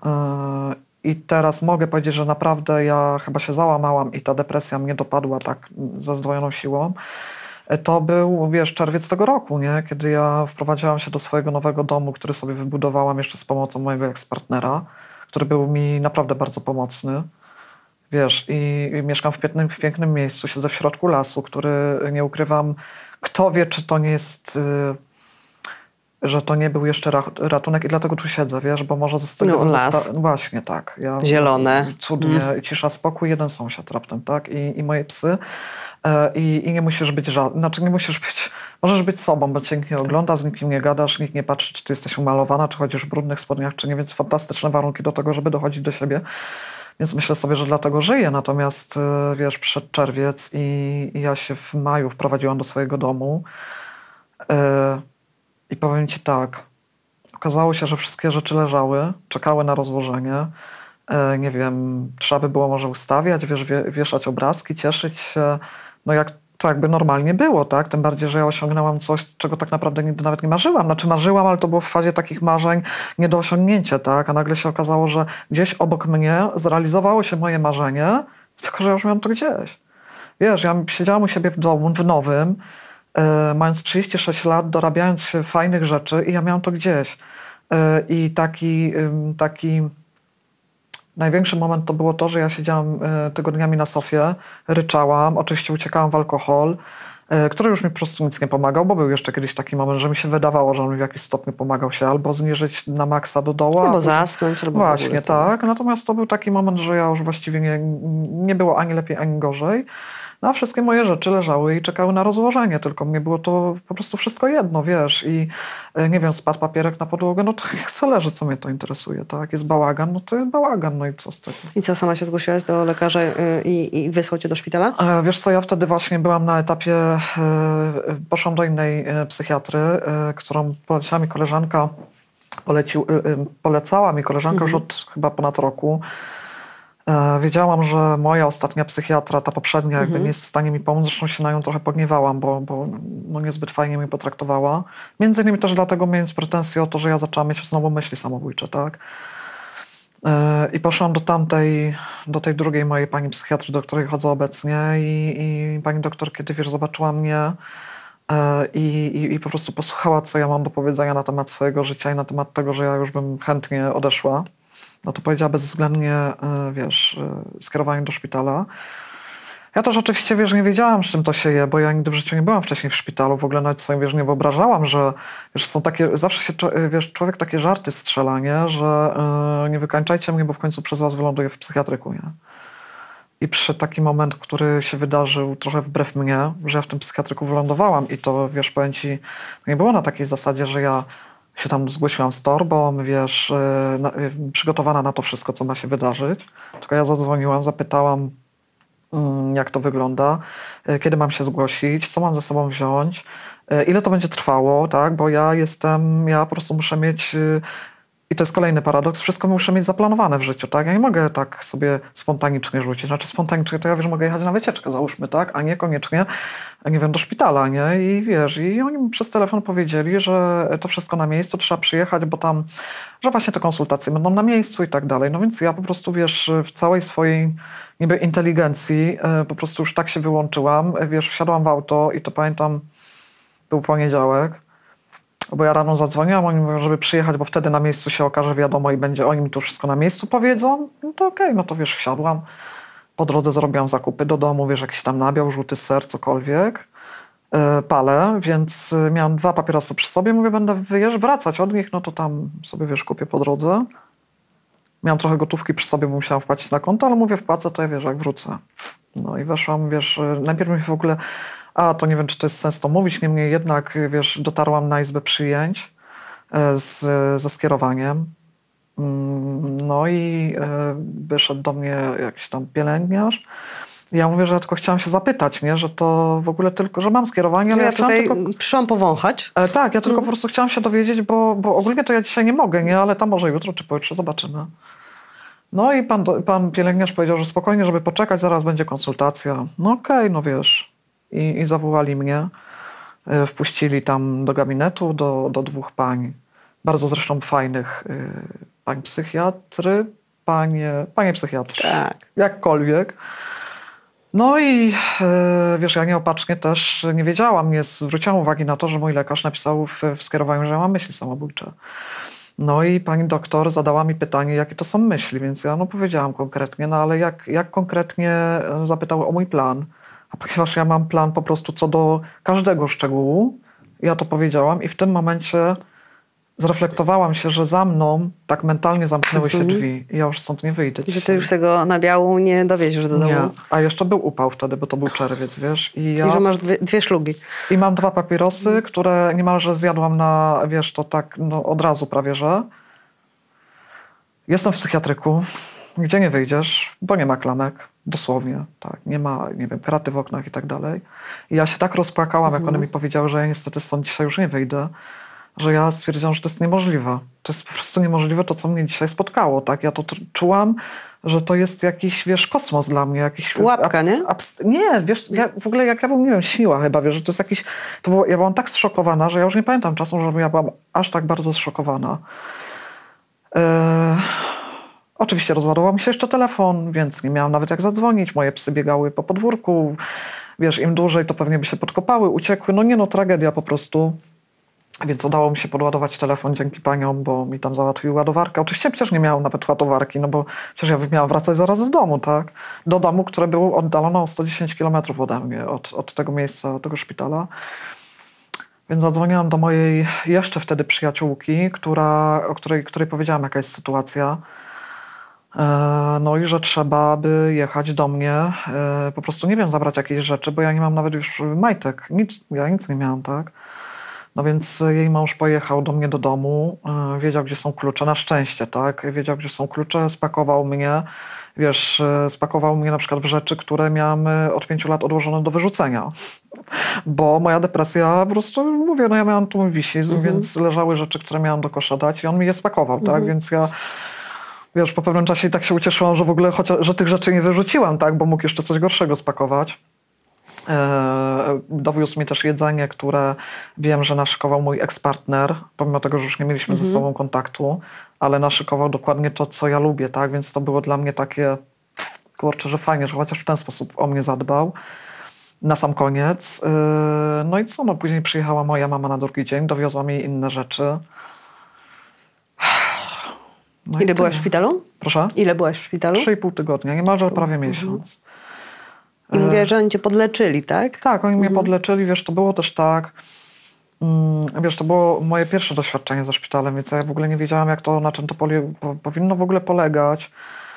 i teraz mogę powiedzieć, że naprawdę ja chyba się załamałam i ta depresja mnie dopadła tak ze zdwojoną siłą, to był, wiesz, czerwiec tego roku, nie? Kiedy ja wprowadziłam się do swojego nowego domu, który sobie wybudowałam jeszcze z pomocą mojego ekspartnera, który był mi naprawdę bardzo pomocny. Wiesz, i, i mieszkam w pięknym, w pięknym miejscu, siedzę w środku lasu, który, nie ukrywam, kto wie, czy to nie jest... że to nie był jeszcze ratunek i dlatego tu siedzę, wiesz, bo może ze tego...
No, las.
Zosta- właśnie, tak. Ja,
zielone.
Cudnie,
mm.
cisza, spokój, jeden sąsiad raptem, tak? I, i moje psy. E, i, I nie musisz być żadny, znaczy nie musisz być, możesz być sobą, bo cię nikt nie ogląda, z nikim nie gadasz, nikt nie patrzy, czy ty jesteś umalowana, czy chodzisz w brudnych spodniach, czy nie, więc fantastyczne warunki do tego, żeby dochodzić do siebie. Więc myślę sobie, że dlatego żyję. Natomiast, wiesz, przyszedł czerwiec i, i ja się w maju wprowadziłam do swojego domu. E, I powiem ci tak, okazało się, że wszystkie rzeczy leżały, czekały na rozłożenie. E, nie wiem, trzeba by było może ustawiać, wiesz, wie, wieszać obrazki, cieszyć się. No jak to jakby normalnie było, tak? Tym bardziej, że ja osiągnęłam coś, czego tak naprawdę nigdy nawet nie marzyłam. Znaczy marzyłam, ale to było w fazie takich marzeń nie do osiągnięcia, tak? A nagle się okazało, że gdzieś obok mnie zrealizowało się moje marzenie, tylko że ja już miałam to gdzieś. Wiesz, ja siedziałam u siebie w domu, w nowym, mając trzydzieści sześć lat, dorabiając się fajnych rzeczy i ja miałam to gdzieś. I taki, taki największy moment to było to, że ja siedziałam tygodniami na sofie, ryczałam, oczywiście uciekałam w alkohol, który już mi po prostu nic nie pomagał, bo był jeszcze kiedyś taki moment, że mi się wydawało, że on mi w jakiś stopniu pomagał się albo zniżyć na maksa do dołu.
Albo zasnąć, albo
właśnie, tak. Natomiast to był taki moment, że ja już właściwie nie, nie było ani lepiej, ani gorzej. No a wszystkie moje rzeczy leżały i czekały na rozłożenie, tylko mnie było to po prostu wszystko jedno, wiesz, i nie wiem, spadł papierek na podłogę, no to jak se leży, co mnie to interesuje, tak? Jest bałagan, no to jest bałagan, no i co z tego?
I co, sama się zgłosiłaś do lekarza i, i wysłał cię do szpitala?
Wiesz co, ja wtedy właśnie byłam na etapie, poszłam do innej psychiatry, którą poleciła mi koleżanka polecił, polecała mi koleżanka
Mhm.
już od chyba ponad roku. E, wiedziałam, że moja ostatnia psychiatra, ta poprzednia, jakby
Mhm.
nie jest w stanie mi pomóc. Zresztą się na nią trochę pogniewałam, bo, bo no niezbyt fajnie mnie potraktowała. Między innymi też dlatego, mając pretensje o to, że ja zaczęłam mieć znowu myśli samobójcze, tak? E, I poszłam do tamtej, do tej drugiej mojej pani psychiatry, do której chodzę obecnie i, i pani doktor, kiedy wiesz, zobaczyła mnie e, i, i, i po prostu posłuchała, co ja mam do powiedzenia na temat swojego życia i na temat tego, że ja już bym chętnie odeszła, no to powiedziała bezwzględnie, e, wiesz, e, skierowanie do szpitala. Ja też oczywiście, wiesz, nie wiedziałam, z czym to się je, bo ja nigdy w życiu nie byłam wcześniej w szpitalu. W ogóle nawet sobie, wiesz, nie wyobrażałam, że wiesz, są takie, zawsze się, wiesz, człowiek takie żarty strzela, nie? Że yy, nie wykańczajcie mnie, bo w końcu przez was wyląduję w psychiatryku, nie? I przyszedł taki moment, który się wydarzył trochę wbrew mnie, że ja w tym psychiatryku wylądowałam i to, wiesz, powiem ci, nie było na takiej zasadzie, że ja się tam zgłosiłam z torbą, wiesz, yy, na, yy, przygotowana na to wszystko, co ma się wydarzyć. Tylko ja zadzwoniłam, zapytałam, jak to wygląda, kiedy mam się zgłosić, co mam ze sobą wziąć, ile to będzie trwało, tak, bo ja jestem, ja po prostu muszę mieć, i to jest kolejny paradoks, wszystko muszę mieć zaplanowane w życiu, tak, ja nie mogę tak sobie spontanicznie rzucić, znaczy spontanicznie to ja, wiesz, mogę jechać na wycieczkę, załóżmy, tak, a nie koniecznie, nie wiem, do szpitala, nie, i wiesz, i oni mi przez telefon powiedzieli, że to wszystko na miejscu, trzeba przyjechać, bo tam, że właśnie te konsultacje będą na miejscu i tak dalej, no więc ja po prostu, wiesz, w całej swojej niby inteligencji po prostu już tak się wyłączyłam, wiesz, wsiadłam w auto i to pamiętam, był poniedziałek, bo ja rano zadzwoniłam, oni mówią, żeby przyjechać, bo wtedy na miejscu się okaże, wiadomo, i będzie, oni mi to wszystko na miejscu powiedzą, no to okej, okay, no to wiesz, wsiadłam, po drodze zrobiłam zakupy do domu, wiesz, jakiś tam nabiał, żółty ser, cokolwiek, yy, palę, więc miałam dwa papierosy przy sobie, mówię, będę wyjeżdżać, wracać od nich, no to tam sobie, wiesz, kupię po drodze. Miałam trochę gotówki przy sobie, bo musiałam wpłacić na konto, ale mówię, wpłacę, to ja, wiesz, jak wrócę. No i weszłam, wiesz, najpierw mi w ogóle, a to nie wiem, czy to jest sens to mówić, niemniej jednak, wiesz, dotarłam na izbę przyjęć z, ze skierowaniem. No i wyszedł do mnie jakiś tam pielęgniarz. Ja mówię, że ja tylko chciałam się zapytać, nie, że to w ogóle tylko, że mam skierowanie, ale
ja,
ja chciałam
tutaj
tylko...
przyszłam powąchać.
E, tak, ja tylko po prostu chciałam się dowiedzieć, bo, bo ogólnie to ja dzisiaj nie mogę, nie, ale tam może jutro czy pojutrze zobaczymy. No i pan, pan pielęgniarz powiedział, że spokojnie, żeby poczekać, zaraz będzie konsultacja. No okej, okay, no wiesz. I, i zawołali mnie. E, wpuścili tam do gabinetu, do, do dwóch pań. Bardzo zresztą fajnych y, pań psychiatry, panie, panie psychiatrzy.
Tak.
Jakkolwiek. No i e, wiesz, ja nieopatrznie też nie wiedziałam, nie zwróciłam uwagi na to, że mój lekarz napisał w, w skierowaniu, że ja mam myśli samobójcze. No i pani doktor zadała mi pytanie, jakie to są myśli, więc ja no powiedziałam konkretnie, no ale jak, jak konkretnie zapytał o mój plan, a ponieważ ja mam plan po prostu co do każdego szczegółu, ja to powiedziałam i w tym momencie zreflektowałam się, że za mną tak mentalnie zamknęły się drzwi i ja już stąd nie wyjdę
Że ty
dzisiaj.
już tego nabiału nie dowieziesz do domu.
Nie, a jeszcze był upał wtedy, bo to był czerwiec, wiesz. I, ja...
I że masz dwie, dwie szlugi.
I mam dwa papierosy, które niemalże zjadłam na, wiesz, to tak no, od razu prawie, że. Jestem w psychiatryku, gdzie nie wyjdziesz, bo nie ma klamek, dosłownie, tak. Nie ma, nie wiem, kraty w oknach i tak dalej. I ja się tak rozpłakałam, jak one mi powiedziały, że ja niestety stąd dzisiaj już nie wyjdę, że ja stwierdziłam, że to jest niemożliwe. To jest po prostu niemożliwe to, co mnie dzisiaj spotkało, tak? Ja to czułam, że to jest jakiś, wiesz, kosmos dla mnie. Jakiś,
Pułapka, nie?
Abst- nie, wiesz, ja, w ogóle jak ja bym, nie wiem, śniła chyba, wiesz, że to jest jakiś... To było, ja byłam tak zszokowana, że ja już nie pamiętam czasu, że ja byłam aż tak bardzo zszokowana. Eee, oczywiście rozładował mi się jeszcze telefon, więc nie miałam nawet jak zadzwonić. Moje psy biegały po podwórku. Wiesz, im dłużej, to pewnie by się podkopały, uciekły. No nie no, tragedia po prostu. Więc udało mi się podładować telefon dzięki paniom, bo mi tam załatwił ładowarkę. Oczywiście przecież nie miałam nawet ładowarki, no bo przecież ja miałam wracać zaraz do domu, tak? Do domu, które było oddalone o sto dziesięć kilometrów ode mnie, od, od tego miejsca, od tego szpitala. Więc zadzwoniłam do mojej jeszcze wtedy przyjaciółki, która, o której, której powiedziałam, jaka jest sytuacja. No i że trzeba by jechać do mnie, po prostu, nie wiem, zabrać jakieś rzeczy, bo ja nie mam nawet już majtek, nic, ja nic nie miałam, tak? No więc jej mąż pojechał do mnie do domu, yy, wiedział, gdzie są klucze, na szczęście, tak? Wiedział, gdzie są klucze, spakował mnie, wiesz, yy, spakował mnie na przykład w rzeczy, które miałam od pięciu lat odłożone do wyrzucenia. Bo moja depresja, po prostu mówię, no ja miałam tu wisizm, mhm. więc leżały rzeczy, które miałam do kosza dać i on mi je spakował, mhm. tak? Więc ja, wiesz, po pewnym czasie i tak się ucieszyłam, że w ogóle, chociaż, że tych rzeczy nie wyrzuciłam, tak? Bo mógł jeszcze coś gorszego spakować. E, dowiózł mi też jedzenie, które wiem, że naszykował mój ekspartner, pomimo tego, że już nie mieliśmy mhm. ze sobą kontaktu, ale naszykował dokładnie to, co ja lubię, tak? Więc to było dla mnie takie, kurczę, że fajnie, że chociaż w ten sposób o mnie zadbał. Na sam koniec. E, no i co? No później przyjechała moja mama na drugi dzień, dowiozła mi inne rzeczy. No
Ile byłaś w szpitalu?
Proszę?
Ile byłaś w szpitalu?
Trzy i pół tygodnia, niemalże prawie
mhm.
miesiąc.
I mówiłaś, że oni cię podleczyli, tak?
Tak, oni
mhm.
mnie podleczyli, wiesz, to było też tak, mm, wiesz, to było moje pierwsze doświadczenie ze szpitalem, więc ja w ogóle nie wiedziałam, jak to, na czym to poli- po, powinno w ogóle polegać.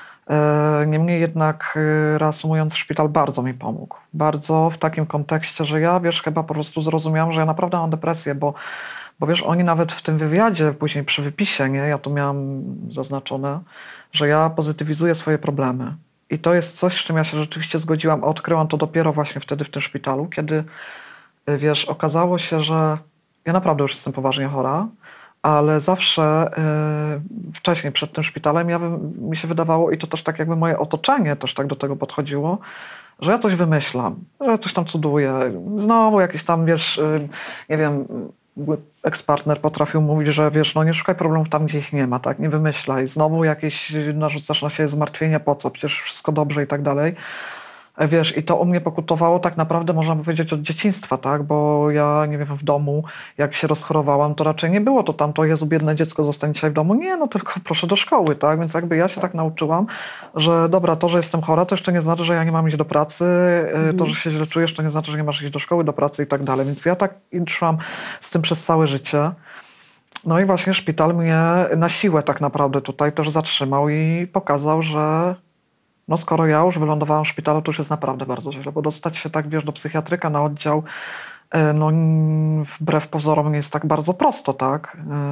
E, niemniej jednak, e, reasumując, szpital bardzo mi pomógł. Bardzo w takim kontekście, że ja, wiesz, chyba po prostu zrozumiałam, że ja naprawdę mam depresję, bo, bo wiesz, oni nawet w tym wywiadzie, później przy wypisie, nie, ja tu miałam zaznaczone, że ja pozytywizuję swoje problemy. I to jest coś, z czym ja się rzeczywiście zgodziłam, a odkryłam to dopiero właśnie wtedy w tym szpitalu, kiedy, wiesz, okazało się, że ja naprawdę już jestem poważnie chora, ale zawsze yy, wcześniej przed tym szpitalem ja, mi się wydawało, i to też tak jakby moje otoczenie też tak do tego podchodziło, że ja coś wymyślam, że ja coś tam cuduję. Znowu jakiś tam, wiesz, yy, nie wiem, ekspartner potrafił mówić, że wiesz, no nie szukaj problemów tam, gdzie ich nie ma, tak? Nie wymyślaj. Znowu jakieś narzucasz na siebie zmartwienie, po co? Przecież wszystko dobrze i tak dalej. Wiesz, i to u mnie pokutowało tak naprawdę, można powiedzieć, od dzieciństwa, tak? Bo ja, nie wiem, w domu, jak się rozchorowałam, to raczej nie było to tam, to Jezu, biedne dziecko, zostań dzisiaj w domu. Nie, no tylko proszę do szkoły, tak? Więc jakby ja się tak nauczyłam, że dobra, to, że jestem chora, to jeszcze nie znaczy, że ja nie mam iść do pracy, mhm. to, że się źle czujesz, to nie znaczy, że nie masz iść do szkoły, do pracy i tak dalej. Więc ja tak szłam z tym przez całe życie. No i właśnie szpital mnie na siłę tak naprawdę tutaj też zatrzymał i pokazał, że no skoro ja już wylądowałam w szpitalu, to już jest naprawdę bardzo źle, bo dostać się tak, wiesz, do psychiatryka na oddział, no wbrew pozorom nie jest tak bardzo prosto, tak?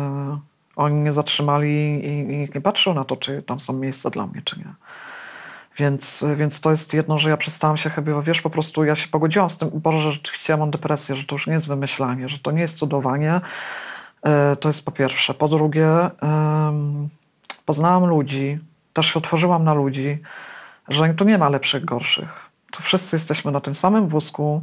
Oni mnie zatrzymali i, i nikt nie patrzył na to, czy tam są miejsca dla mnie, czy nie. Więc, więc to jest jedno, że ja przestałam się chyba, wiesz, po prostu ja się pogodziłam z tym, Boże, że rzeczywiście ja mam depresję, że to już nie jest wymyślanie, że to nie jest cudowanie. To jest po pierwsze. Po drugie, poznałam ludzi, też się otworzyłam na ludzi, że tu nie ma lepszych, gorszych. Tu wszyscy jesteśmy na tym samym wózku.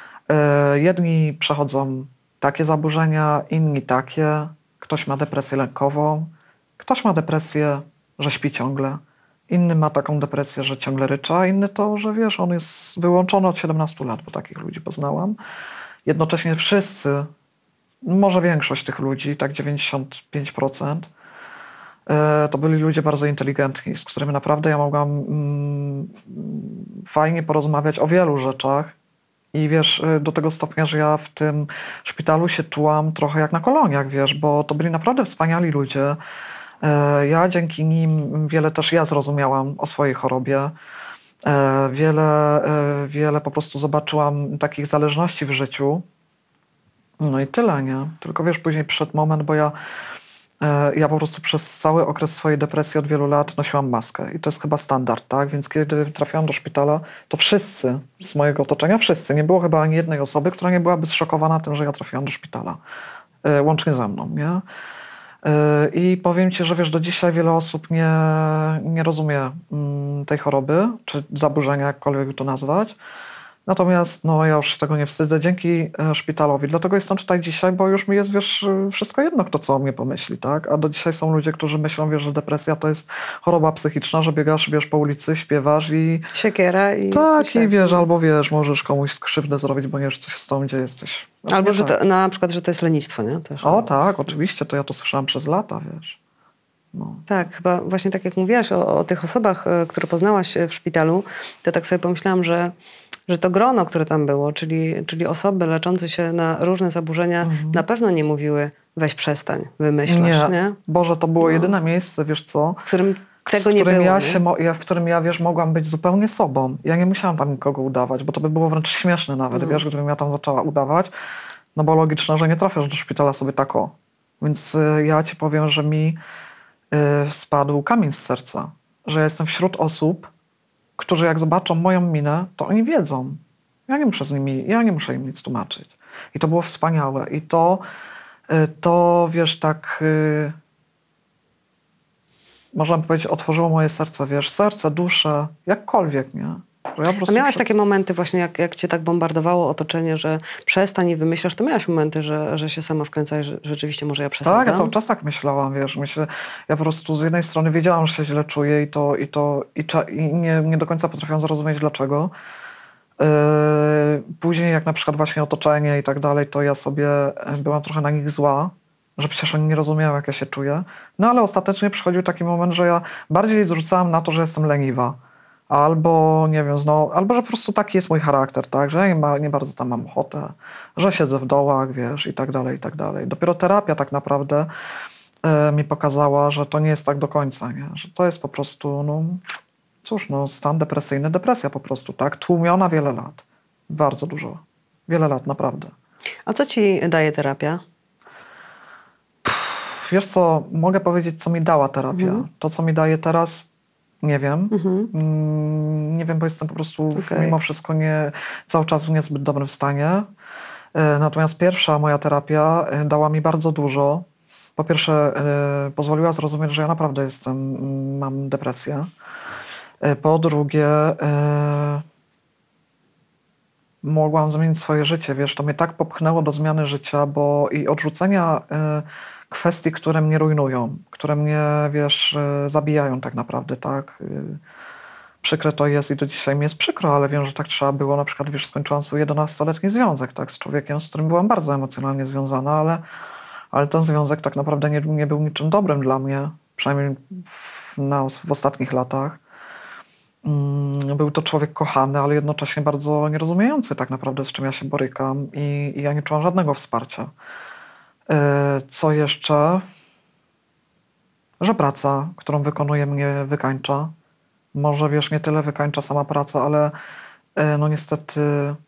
Jedni przechodzą takie zaburzenia, inni takie. Ktoś ma depresję lękową, ktoś ma depresję, że śpi ciągle. Inny ma taką depresję, że ciągle rycza, inny to, że wiesz, on jest wyłączony od siedemnastu lat, bo takich ludzi poznałam. Jednocześnie wszyscy, może większość tych ludzi, tak dziewięćdziesiąt pięć procent, to byli ludzie bardzo inteligentni, z którymi naprawdę ja mogłam mm, fajnie porozmawiać o wielu rzeczach. I wiesz, do tego stopnia, że ja w tym szpitalu się czułam trochę jak na koloniach, wiesz, bo to byli naprawdę wspaniali ludzie. Ja dzięki nim wiele też ja zrozumiałam o swojej chorobie. Wiele, wiele po prostu zobaczyłam takich zależności w życiu. No i tyle, nie? Tylko wiesz, później przyszedł moment, bo ja Ja po prostu przez cały okres swojej depresji od wielu lat nosiłam maskę. I to jest chyba standard, tak? Więc kiedy trafiłam do szpitala, to wszyscy z mojego otoczenia, wszyscy, nie było chyba ani jednej osoby, która nie byłaby zszokowana tym, że ja trafiłam do szpitala. Łącznie ze mną, nie? I powiem ci, że wiesz, do dzisiaj wiele osób nie, nie rozumie tej choroby, czy zaburzenia, jakkolwiek to nazwać. Natomiast no, ja już się tego nie wstydzę dzięki szpitalowi. Dlatego jestem tutaj dzisiaj, bo już mi jest, wiesz, wszystko jedno, kto co o mnie pomyśli, tak? A do dzisiaj są ludzie, którzy myślą, wiesz, że depresja to jest choroba psychiczna, że biegasz, wiesz, po ulicy, śpiewasz i...
Siekiera i...
Tak, i wiesz, albo wiesz, możesz komuś krzywdę zrobić, bo nie wiesz, co się z tobą dzieje, jesteś...
No, albo, że
tak.
to, na przykład, że to jest lenistwo, nie? Też.
O tak, oczywiście, to ja to słyszałam przez lata, wiesz. No.
Tak, chyba właśnie tak jak mówiłaś o, o tych osobach, które poznałaś w szpitalu, to tak sobie pomyślałam, że że to grono, które tam było, czyli, czyli osoby leczące się na różne zaburzenia, mhm. na pewno nie mówiły weź przestań, wymyślasz, nie?
nie? Boże, to było no. jedyne miejsce, wiesz co?
W którym tego
w
nie
którym
było.
Ja
nie?
się, ja, w którym ja, wiesz, mogłam być zupełnie sobą. Ja nie musiałam tam nikogo udawać, bo to by było wręcz śmieszne nawet, mhm. wiesz, gdybym ja tam zaczęła udawać. No bo logiczne, że nie trafiasz do szpitala sobie tak o. Więc y, ja ci powiem, że mi y, spadł kamień z serca, że ja jestem wśród osób, którzy jak zobaczą moją minę, to oni wiedzą. Ja nie muszę z nimi, ja nie muszę im nic tłumaczyć. I to było wspaniałe. I to, y, to wiesz, tak... Y, można powiedzieć, otworzyło moje serce, wiesz, serce, duszę, jakkolwiek, nie? Że ja po prostu
A miałaś
przy-
takie momenty właśnie, jak, jak cię tak bombardowało otoczenie, że przestań i wymyślasz, to miałaś momenty, że, że się sama wkręcałeś, że rzeczywiście może ja przesadzam?
Tak, ja cały czas tak myślałam, wiesz, myślę, ja po prostu z jednej strony wiedziałam, że się źle czuję i to, i to, i, cza- i nie, nie do końca potrafiłam zrozumieć dlaczego. Yy, później jak na przykład właśnie otoczenie i tak dalej, to ja sobie yy, byłam trochę na nich zła, że przecież oni nie rozumieją, jak ja się czuję. No ale ostatecznie przychodził taki moment, że ja bardziej zrzucałam na to, że jestem leniwa. Albo, nie wiem, znowu, albo że po prostu taki jest mój charakter, tak, że ja nie, ma, nie bardzo tam mam ochotę, że siedzę w dołach, wiesz, i tak dalej, i tak dalej. Dopiero terapia tak naprawdę e, mi pokazała, że to nie jest tak do końca, nie? Że to jest po prostu, no cóż, no stan depresyjny, depresja po prostu, tak, tłumiona wiele lat, bardzo dużo, wiele lat, naprawdę.
A co ci daje terapia?
Wiesz co, mogę powiedzieć, co mi dała terapia.
Mhm.
To, co mi daje teraz, nie wiem.
Mhm.
Mm, nie wiem, bo jestem po prostu
Okej.
mimo wszystko nie, cały czas w niezbyt dobrym stanie. E, Natomiast pierwsza moja terapia e, dała mi bardzo dużo. Po pierwsze, e, pozwoliła zrozumieć, że ja naprawdę jestem, mm, mam depresję. E, Po drugie, e, mogłam zmienić swoje życie, wiesz, to mnie tak popchnęło do zmiany życia, bo i odrzucenia y, kwestii, które mnie rujnują, które mnie, wiesz, y, zabijają tak naprawdę, tak. Y, przykre to jest i do dzisiaj mi jest przykro, ale wiem, że tak trzeba było. Na przykład, wiesz, skończyłam swój jedenastoletni związek, tak, z człowiekiem, z którym byłam bardzo emocjonalnie związana, ale, ale ten związek tak naprawdę nie, nie był niczym dobrym dla mnie, przynajmniej w, na, w ostatnich latach. Mm, Był to człowiek kochany, ale jednocześnie bardzo nierozumiejący tak naprawdę, z czym ja się borykam i, i ja nie czułam żadnego wsparcia. E, Co jeszcze? Że praca, którą wykonuję, mnie wykańcza. Może, wiesz, nie tyle wykańcza sama praca, ale e, no niestety